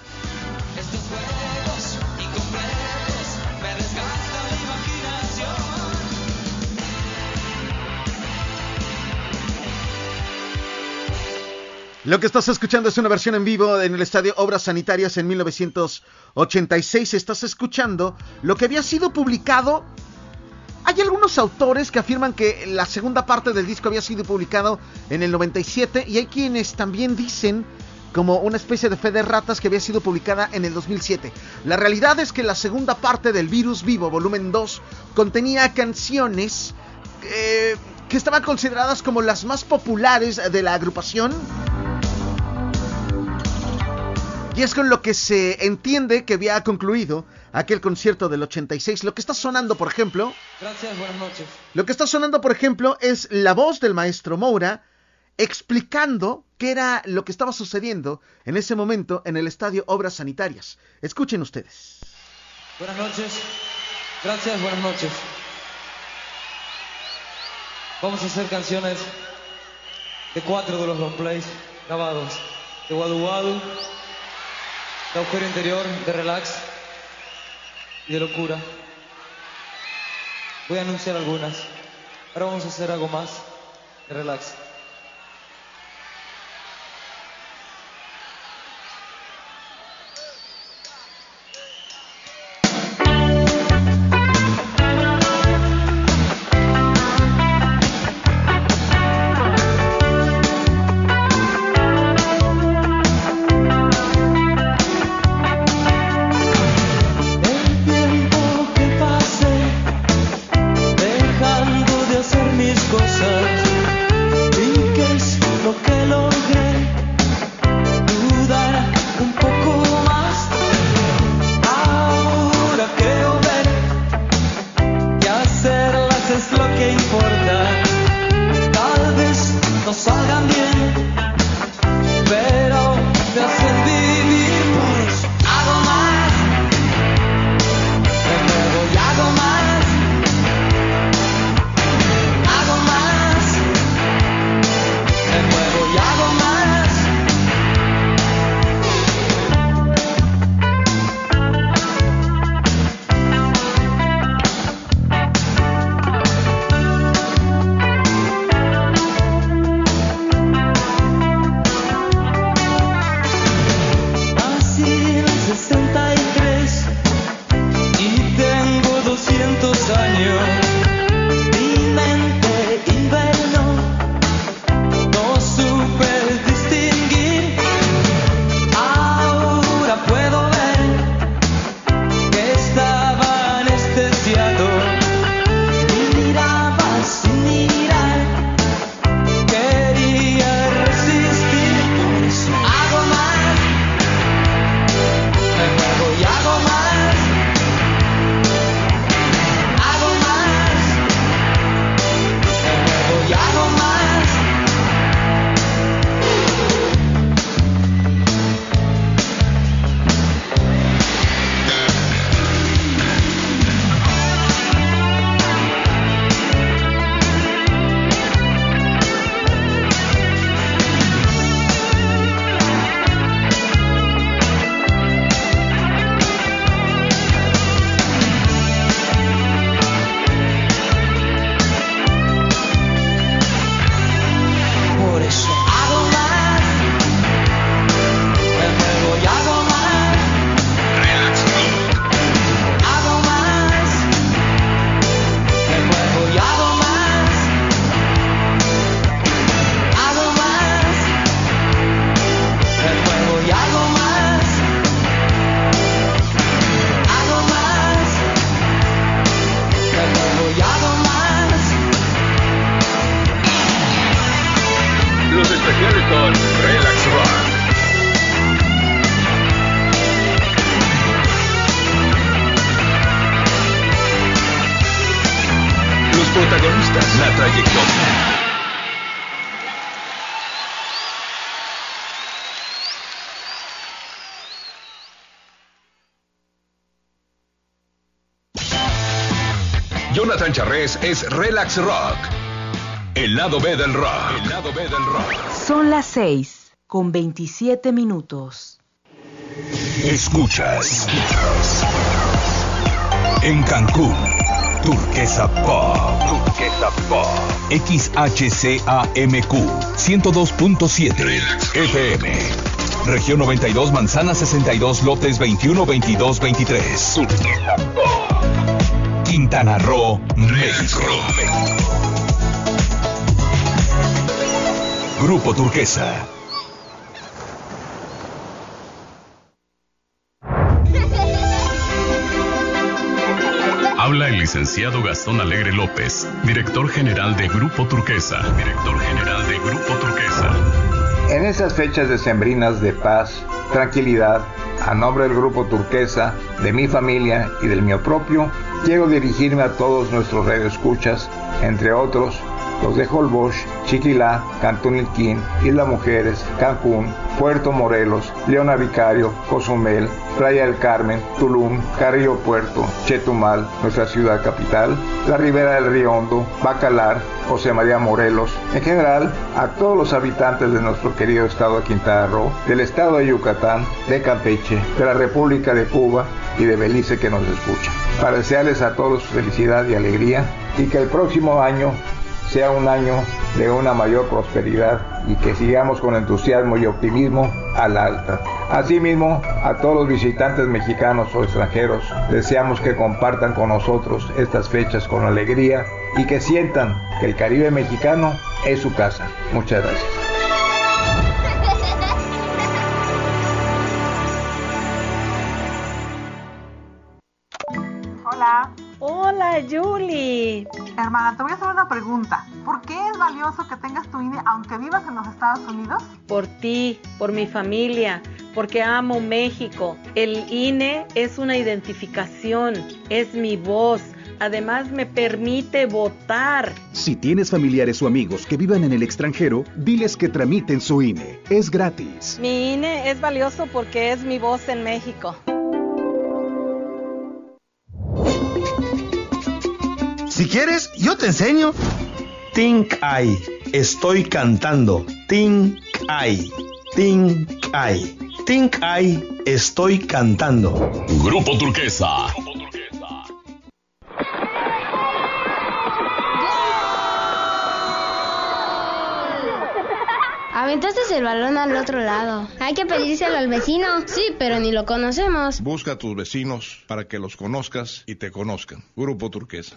Lo que estás escuchando es una versión en vivo en el Estadio Obras Sanitarias en mil novecientos ochenta y seis. Estás escuchando lo que había sido publicado. Hay algunos autores que afirman que la segunda parte del disco había sido publicado en el noventa y siete, y hay quienes también dicen, como una especie de fe de ratas, que había sido publicada en el dos mil siete. La realidad es que la segunda parte del Virus Vivo, volumen dos, contenía canciones eh, que estaban consideradas como las más populares de la agrupación. Y es con lo que se entiende que había concluido aquel concierto del ochenta y seis. Lo que está sonando, por ejemplo... Gracias, buenas noches. Lo que está sonando, por ejemplo, es la voz del maestro Moura explicando qué era lo que estaba sucediendo en ese momento en el Estadio Obras Sanitarias. Escuchen ustedes. Buenas noches. Gracias, buenas noches. Vamos a hacer canciones de cuatro de los long plays grabados. De Wadu Wadu, de Agujero Interior, de Relax y de Locura. Voy a anunciar algunas. Ahora vamos a hacer algo más de Relax. Dejando de hacer mis cosas Jonathan Charrés es Relax Rock. El lado B del rock. El lado B del rock. Son las seis con veintisiete minutos. Escuchas. En Cancún, Turquesa Pop. Turquesa Pop. X H C A M Q ciento dos punto siete F M. Región noventa y dos, Manzana sesenta y dos, lotes veintiuno, veintidós, veintitrés. Turquesa Pop. Quintana Roo, México. Grupo Turquesa. Habla el licenciado Gastón Alegre López, director general de Grupo Turquesa. Director general de Grupo Turquesa. En estas fechas decembrinas de paz, tranquilidad, a nombre del Grupo Turquesa, de mi familia y del mío propio, quiero dirigirme a todos nuestros radioescuchas, entre otros, los de Holbox, Chiquilá, Cantón Ilquín, Isla Mujeres, Cancún, Puerto Morelos, Leona Vicario, Cozumel, Playa del Carmen, Tulum, Carrillo Puerto, Chetumal, nuestra ciudad capital, la ribera del Río Hondo, Bacalar, José María Morelos, en general a todos los habitantes de nuestro querido estado de Quintana Roo, del estado de Yucatán, de Campeche, de la República de Cuba y de Belice que nos escuchan. Para desearles a todos felicidad y alegría y que el próximo año sea un año de una mayor prosperidad y que sigamos con entusiasmo y optimismo a la alta. Asimismo, a todos los visitantes mexicanos o extranjeros, deseamos que compartan con nosotros estas fechas con alegría y que sientan que el Caribe mexicano es su casa. Muchas gracias. Hola. Hola, Julie. Hermana, te voy a hacer una pregunta. ¿Por qué es valioso que tengas tu I N E aunque vivas en los Estados Unidos? Por ti, por mi familia, porque amo México. El I N E es una identificación, es mi voz. Además, me permite votar. Si tienes familiares o amigos que vivan en el extranjero, diles que tramiten su I N E. Es gratis. Mi I N E es valioso porque es mi voz en México. Si quieres, yo te enseño. Think I. Estoy cantando. Think I. Think I. Think I. Estoy cantando. Grupo Turquesa. Aventaste el balón al otro lado. Hay que pedírselo al vecino. Sí, pero ni lo conocemos. Busca a tus vecinos para que los conozcas y te conozcan. Grupo Turquesa.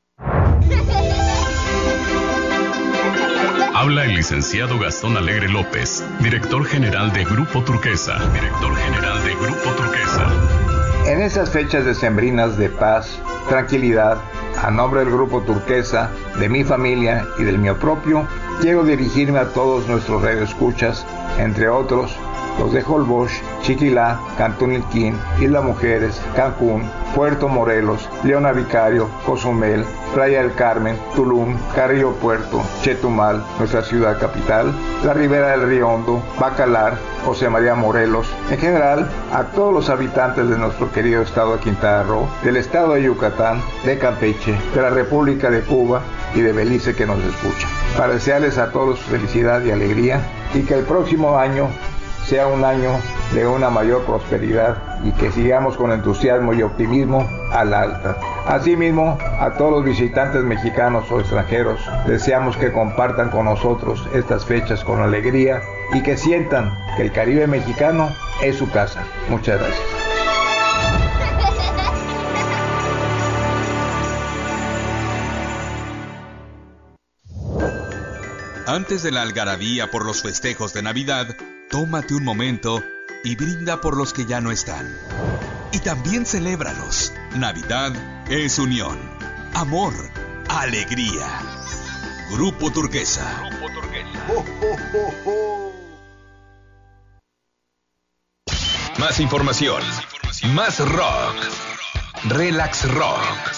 Habla el licenciado Gastón Alegre López, director general de Grupo Turquesa. Director general de Grupo Turquesa. En estas fechas decembrinas de paz, tranquilidad, a nombre del Grupo Turquesa, de mi familia y del mío propio, quiero dirigirme a todos nuestros radioescuchas, entre otros, los de Holbox, Chiquilá, Cantón Ilquín, Isla Mujeres, Cancún, Puerto Morelos, Leona Vicario, Cozumel, Playa del Carmen, Tulum, Carrillo Puerto, Chetumal, nuestra ciudad capital, la ribera del Río Hondo, Bacalar, José María Morelos, en general a todos los habitantes de nuestro querido estado de Quintana Roo, del estado de Yucatán, de Campeche, de la República de Cuba y de Belice que nos escuchan. Para desearles a todos felicidad y alegría y que el próximo año sea un año de una mayor prosperidad y que sigamos con entusiasmo y optimismo a la alta. Asimismo, a todos los visitantes mexicanos o extranjeros, deseamos que compartan con nosotros estas fechas con alegría y que sientan que el Caribe mexicano es su casa. Muchas gracias. Antes de la algarabía por los festejos de Navidad, tómate un momento y brinda por los que ya no están. Y también celébralos. Navidad es unión, amor, alegría. Grupo Turquesa. Grupo Turquesa. Oh, oh, oh, oh. Más información, más rock. Relax Rock.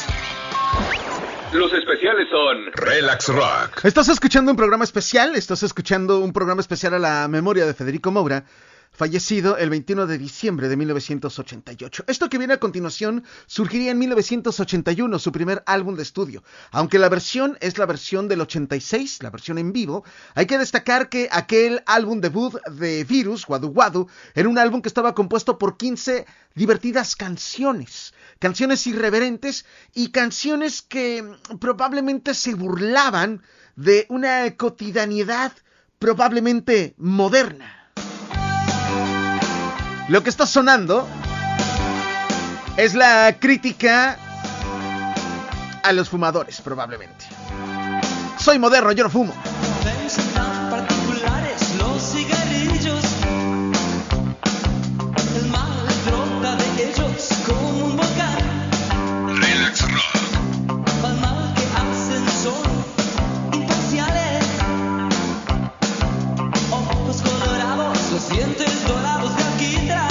Los especiales son Relax Rock. Estás escuchando un programa especial, estás escuchando un programa especial a la memoria de Federico Moura. fallecido el veintiuno de diciembre de mil novecientos ochenta y ocho. Esto que viene a continuación surgiría en mil novecientos ochenta y uno, su primer álbum de estudio. Aunque la versión es la versión del ochenta y seis, la versión en vivo, hay que destacar que aquel álbum debut de Virus, Wadu Wadu, era un álbum que estaba compuesto por quince divertidas canciones. Canciones irreverentes y canciones que probablemente se burlaban de una cotidianidad probablemente moderna. Lo que está sonando es la crítica a los fumadores, probablemente. Soy moderno, yo no fumo. Son tan particulares los cigarrillos. El mal brota de ellos como un volcán. Relax Rock. El mal que hacen son imparciales. Ojos colorados, los dientes dorados de alquitrán.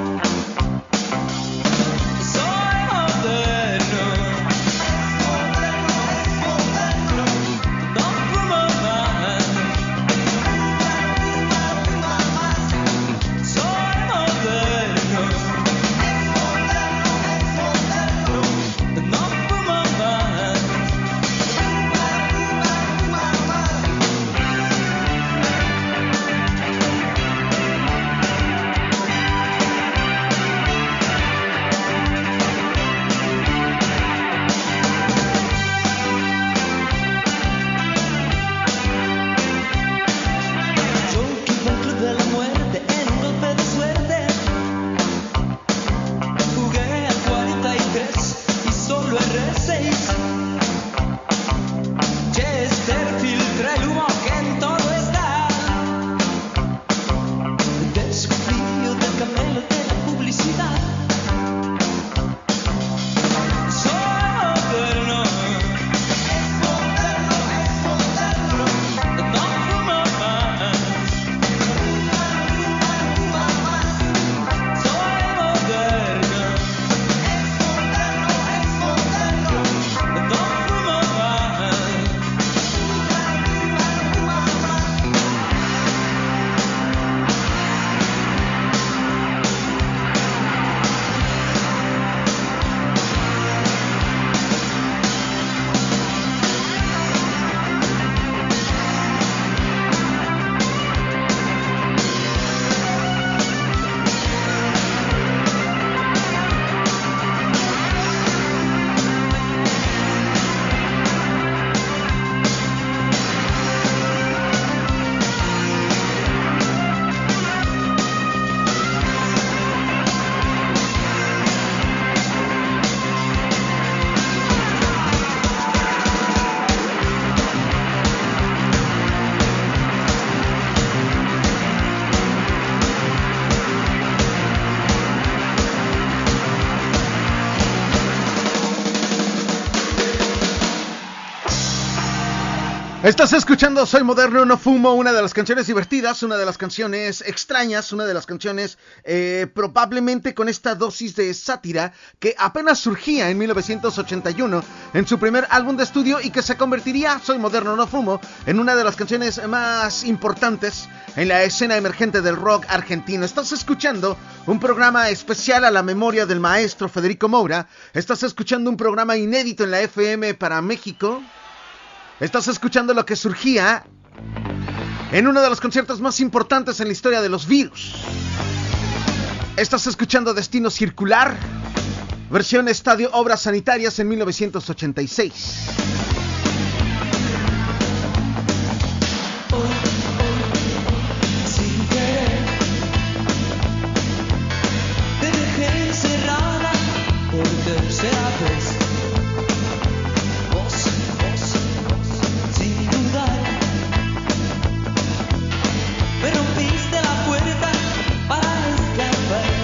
Soy moderno. No fumo más. Soy moderno. No fumo más. Yo que iba al club de la muerte en un golpe de suerte. Jugué al cuarenta y tres y solo erré seis. Chesterfield trae el humo que en todo está. Desconfío del camelo de la publicidad. Soy moderno. No fumo más. Soy moderno. No fumo más. Estás escuchando Soy Moderno, No Fumo, una de las canciones divertidas, una de las canciones extrañas, una de las canciones eh, probablemente con esta dosis de sátira que apenas surgía en mil novecientos ochenta y uno en su primer álbum de estudio y que se convertiría, Soy Moderno, No Fumo, en una de las canciones más importantes en la escena emergente del rock argentino. Estás escuchando un programa especial a la memoria del maestro Federico Moura, estás escuchando un programa inédito en la F M para México. Estás escuchando lo que surgía en uno de los conciertos más importantes en la historia de los Virus. Estás escuchando Destino Circular, versión Estadio Obras Sanitarias en mil novecientos ochenta y seis. Sin querer te dejé encerrada por tercera vez. Vos, vos, vos, sin dudar, me rompiste la puerta para escapar.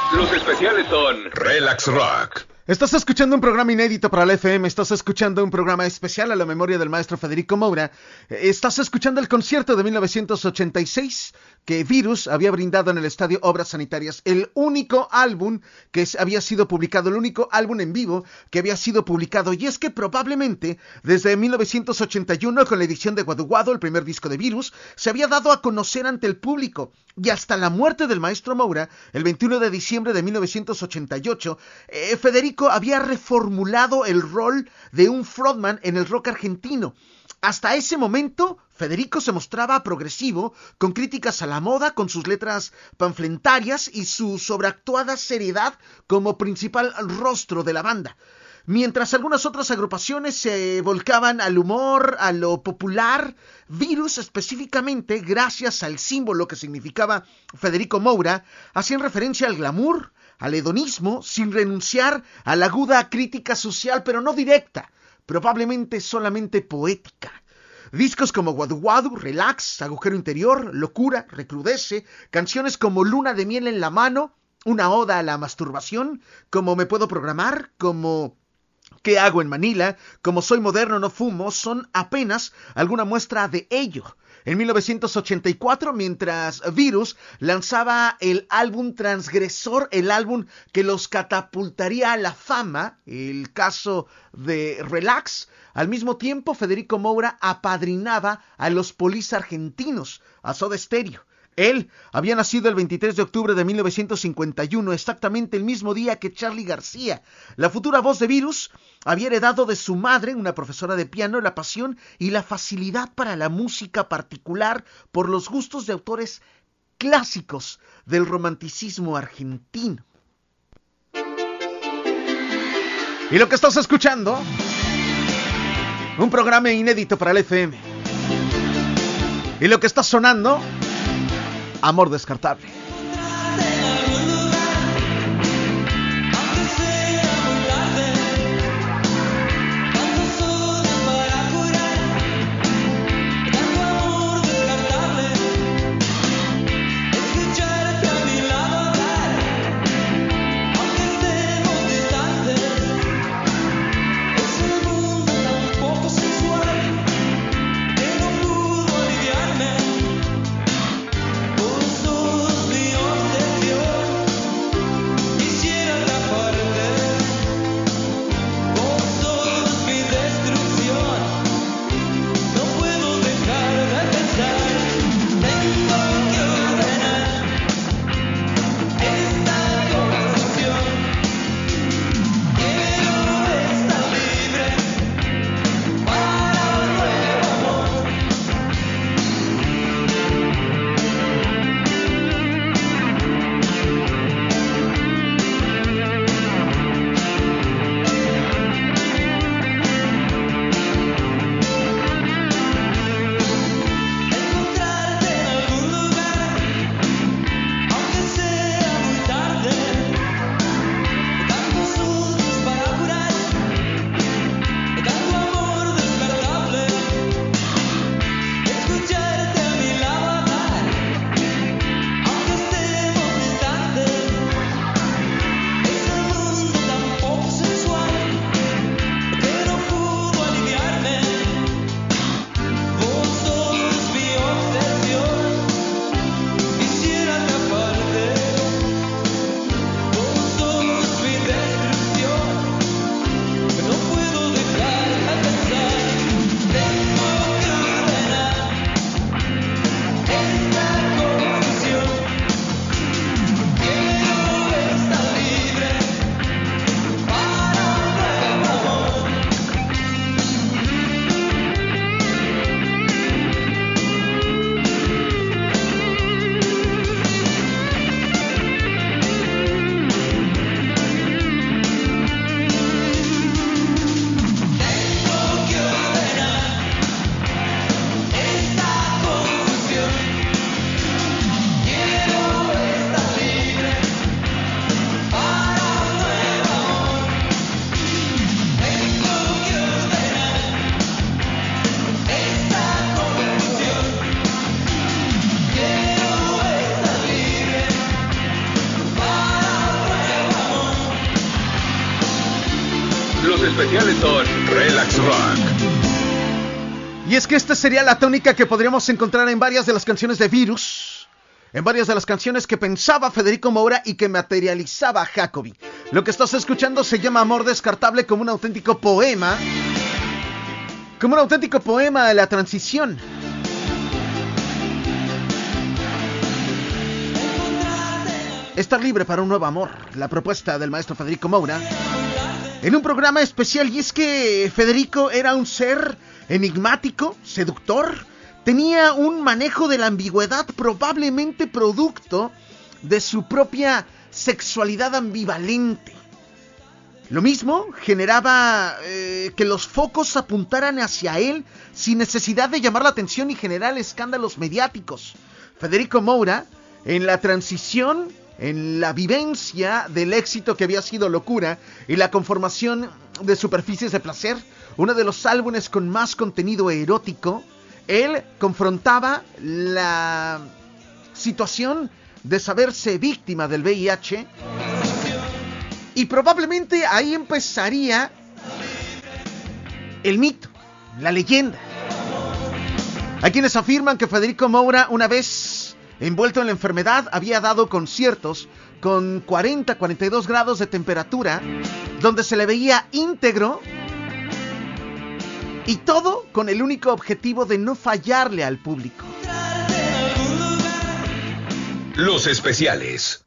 Los especiales son Relax Rock. Estás escuchando un programa inédito para la F M, estás escuchando un programa especial a la memoria del maestro Federico Moura, estás escuchando el concierto de mil novecientos ochenta y seis que Virus había brindado en el Estadio Obras Sanitarias, el único álbum que había sido publicado, el único álbum en vivo que había sido publicado, y es que probablemente desde mil novecientos ochenta y uno con la edición de Wadu Wadu, el primer disco de Virus, se había dado a conocer ante el público, y hasta la muerte del maestro Moura, el veintiuno de diciembre de mil novecientos ochenta y ocho, eh, Federico había reformulado el rol de un frontman en el rock argentino. Hasta ese momento, Federico se mostraba progresivo, con críticas a la moda, con sus letras panfletarias y su sobreactuada seriedad como principal rostro de la banda. Mientras algunas otras agrupaciones se volcaban al humor, a lo popular, Virus específicamente, gracias al símbolo que significaba Federico Moura, hacían referencia al glamour, al hedonismo, sin renunciar a la aguda crítica social, pero no directa, probablemente solamente poética. Discos como Wadu Wadu, Relax, Agujero Interior, Locura, Recrudece, canciones como Luna de Miel en la Mano, una oda a la masturbación, como Me Puedo Programar, como ¿Qué hago en Manila?, como Soy Moderno, No Fumo, son apenas alguna muestra de ello. En mil novecientos ochenta y cuatro, mientras Virus lanzaba el álbum Transgresor, el álbum que los catapultaría a la fama, el caso de Relax, al mismo tiempo Federico Moura apadrinaba a los Police argentinos, a Soda Stereo. Él había nacido el veintitrés de octubre de mil novecientos cincuenta y uno, exactamente el mismo día que Charly García. La futura voz de Virus había heredado de su madre, una profesora de piano, la pasión y la facilidad para la música particular por los gustos de autores clásicos del romanticismo argentino. Y lo que estás escuchando, un programa inédito para el F M. Y lo que está sonando, Amor Descartable. Por sus especiales son Relax Rock. Y es que esta sería la tónica que podríamos encontrar en varias de las canciones de Virus, en varias de las canciones que pensaba Federico Moura y que materializaba Jacobi. Lo que estás escuchando se llama Amor Descartable, como un auténtico poema, como un auténtico poema de la transición. Estar libre para un nuevo amor, la propuesta del maestro Federico Moura, en un programa especial. Y es que Federico era un ser enigmático, seductor, tenía un manejo de la ambigüedad probablemente producto de su propia sexualidad ambivalente. Lo mismo generaba eh, que los focos apuntaran hacia él sin necesidad de llamar la atención y generar escándalos mediáticos. Federico Moura, en la transición, en la vivencia del éxito que había sido Locura y la conformación de Superficies de Placer, uno de los álbumes con más contenido erótico, él confrontaba la situación de saberse víctima del V I H y probablemente ahí empezaría el mito, la leyenda. Hay quienes afirman que Federico Moura, una vez envuelto en la enfermedad, había dado conciertos con cuarenta a cuarenta y dos grados de temperatura, donde se le veía íntegro, y todo con el único objetivo de no fallarle al público. Los especiales.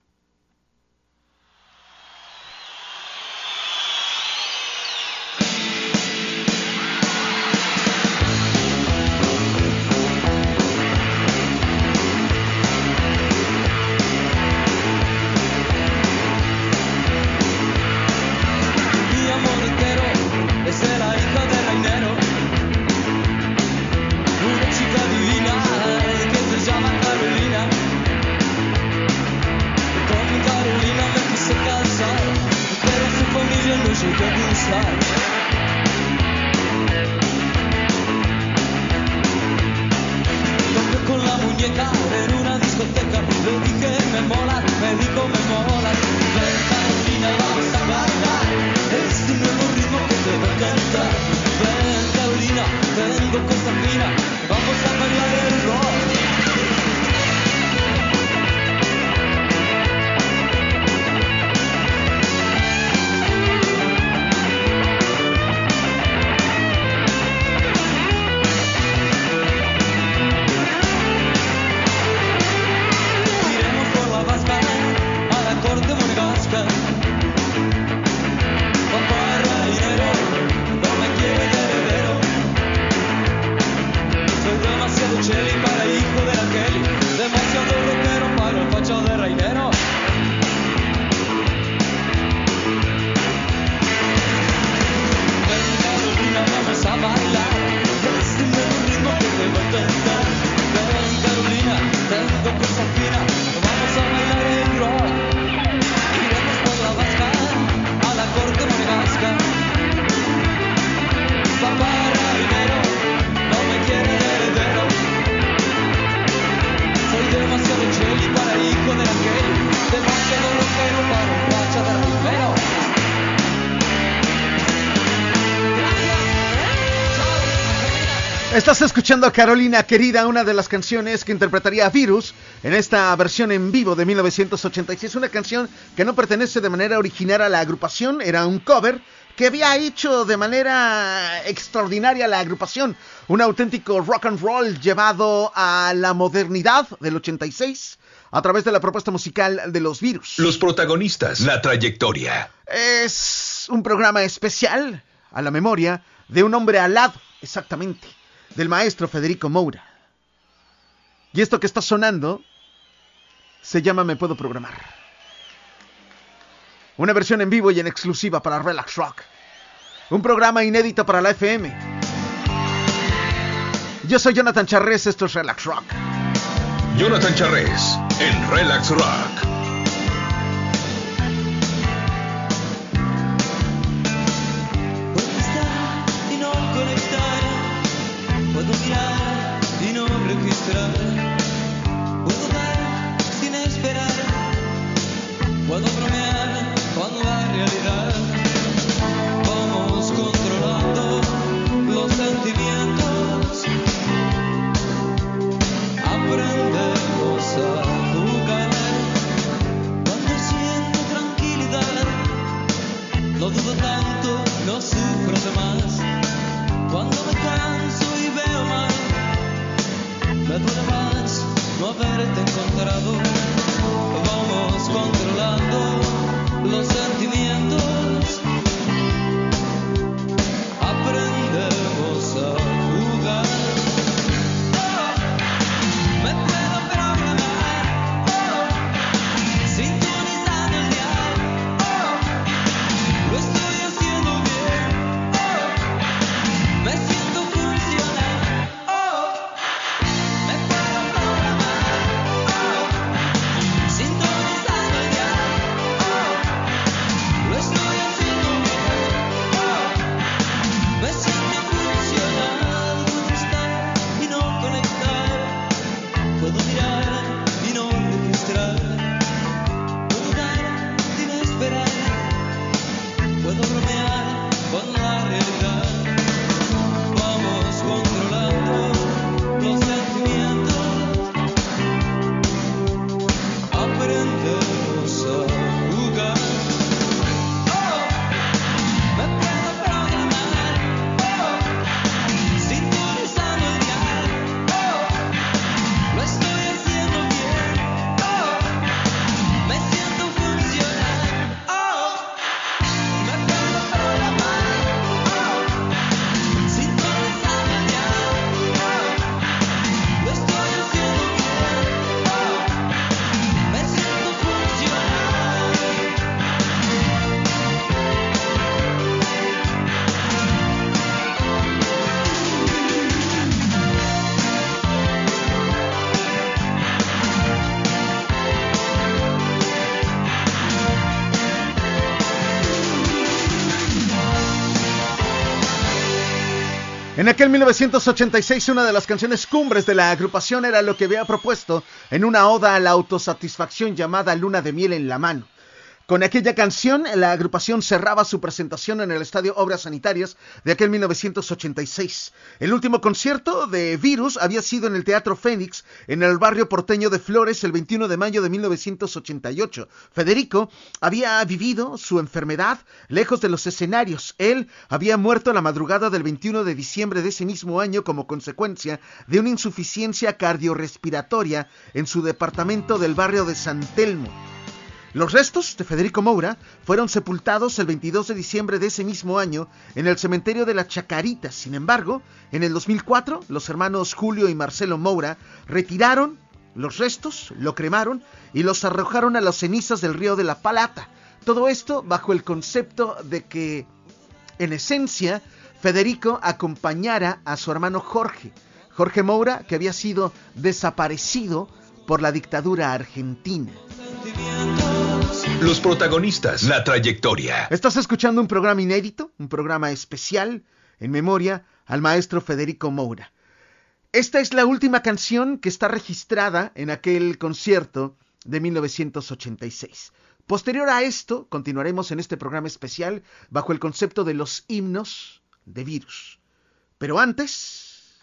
Estás escuchando a Carolina Querida, una de las canciones que interpretaría Virus en esta versión en vivo de mil novecientos ochenta y seis. Una canción que no pertenece de manera original a la agrupación, era un cover que había hecho de manera extraordinaria la agrupación. Un auténtico rock and roll llevado a la modernidad del ochenta y seis a través de la propuesta musical de los Virus. Los protagonistas, la trayectoria. Es un programa especial a la memoria de un hombre alado, exactamente, del maestro Federico Moura. Y esto que está sonando se llama Me Puedo Programar. Una versión en vivo y en exclusiva para Relax Rock. Un programa inédito para la F M. Yo soy Jonathan Charrés, esto es Relax Rock. Jonathan Charrés en Relax Rock. Puedo mirar y no registrar, puedo dar sin esperar, puedo bromear cuando la realidad vamos con encontrado. Vamos controlando los sentimientos. Aprendemos a jugar. Oh, me puedo programar. Oh, sintonizando el dial. Oh, lo estoy haciendo bien. Oh, me siento funcionar. Oh, me puedo programar. Oh, sintonizando el dial. Oh, lo estoy haciendo bien. Oh, me siento funcionar. Puedo estar y no conectar. Puedo mirar y no registrar. Puedo dar sin esperar. Puedo bromear con la realidad. Vamos controlando los sentimientos. Aprendemos a jugar. Oh, me puedo programar. Oh, sintonizando el dial. Oh, lo estoy haciendo bien. Oh, me siento funcionar. Oh, me puedo programar. Oh, sintonizando el dial. Oh, lo estoy haciendo bien. Oh, me siento funcionar. En aquel mil novecientos ochenta y seis, una de las canciones cumbres de la agrupación era lo que había propuesto en una oda a la autosatisfacción llamada Luna de Miel en la Mano. Con aquella canción, la agrupación cerraba su presentación en el Estadio Obras Sanitarias de aquel mil novecientos ochenta y seis. El último concierto de Virus había sido en el Teatro Fénix, en el barrio porteño de Flores, el veintiuno de mayo de mil novecientos ochenta y ocho. Federico había vivido su enfermedad lejos de los escenarios. Él había muerto la madrugada del veintiuno de diciembre de ese mismo año como consecuencia de una insuficiencia cardiorrespiratoria en su departamento del barrio de San Telmo. Los restos de Federico Moura fueron sepultados el veintidós de diciembre de ese mismo año en el cementerio de la Chacarita. Sin embargo, en el dos mil cuatro, los hermanos Julio y Marcelo Moura retiraron los restos, lo cremaron y los arrojaron a las cenizas del río de la Plata. Todo esto bajo el concepto de que, en esencia, Federico acompañara a su hermano Jorge. Jorge Moura, que había sido desaparecido por la dictadura argentina. Los protagonistas, la trayectoria. Estás escuchando un programa inédito, un programa especial en memoria al maestro Federico Moura. Esta es la última canción que está registrada en aquel concierto de mil novecientos ochenta y seis. Posterior a esto, continuaremos en este programa especial bajo el concepto de los himnos de Virus. Pero antes,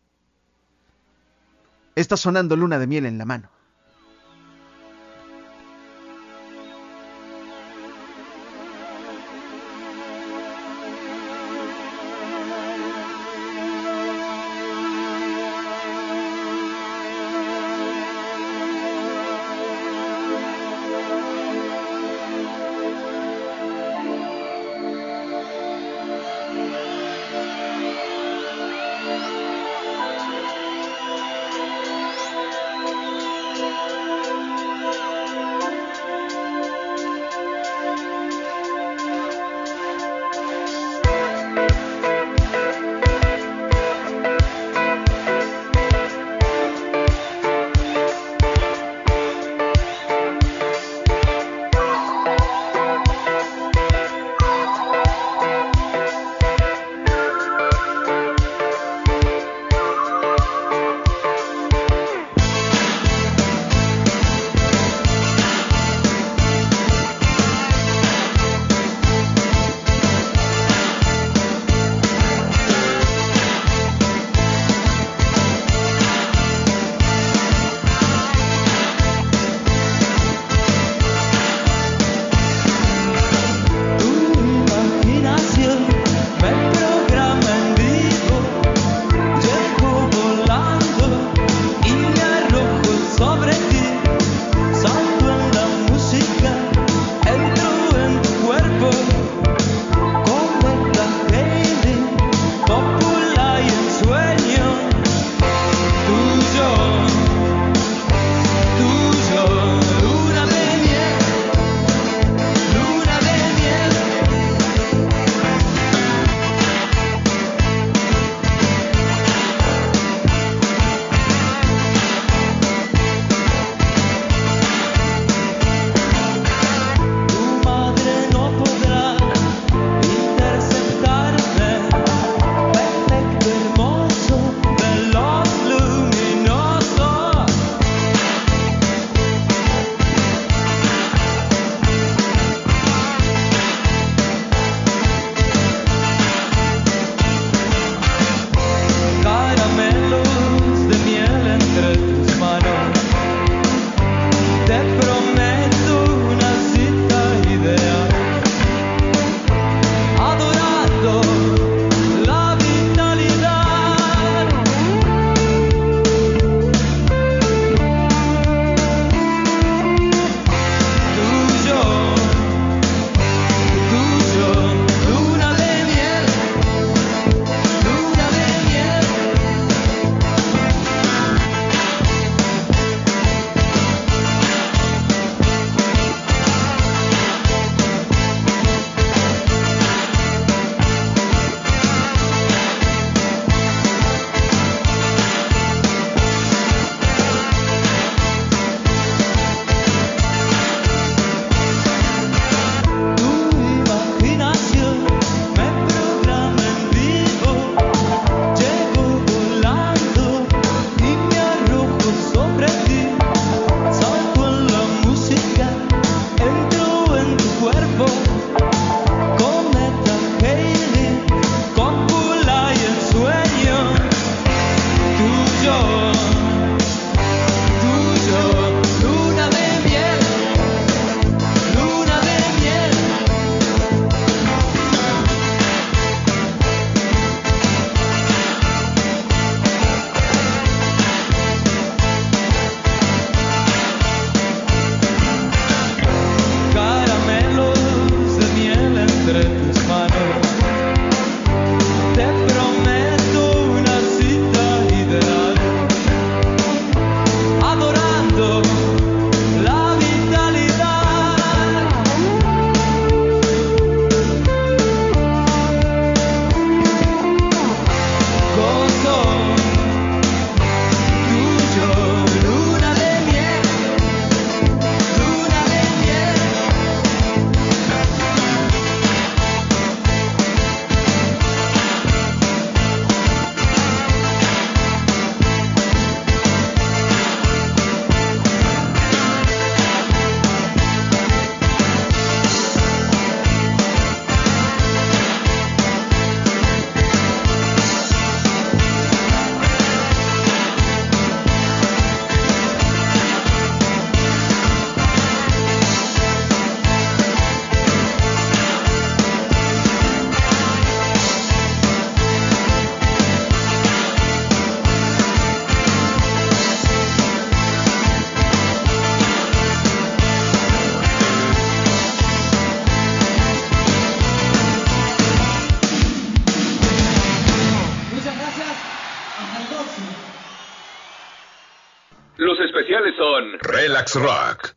está sonando Luna de Miel en la Mano. oficiales son Relax Rock,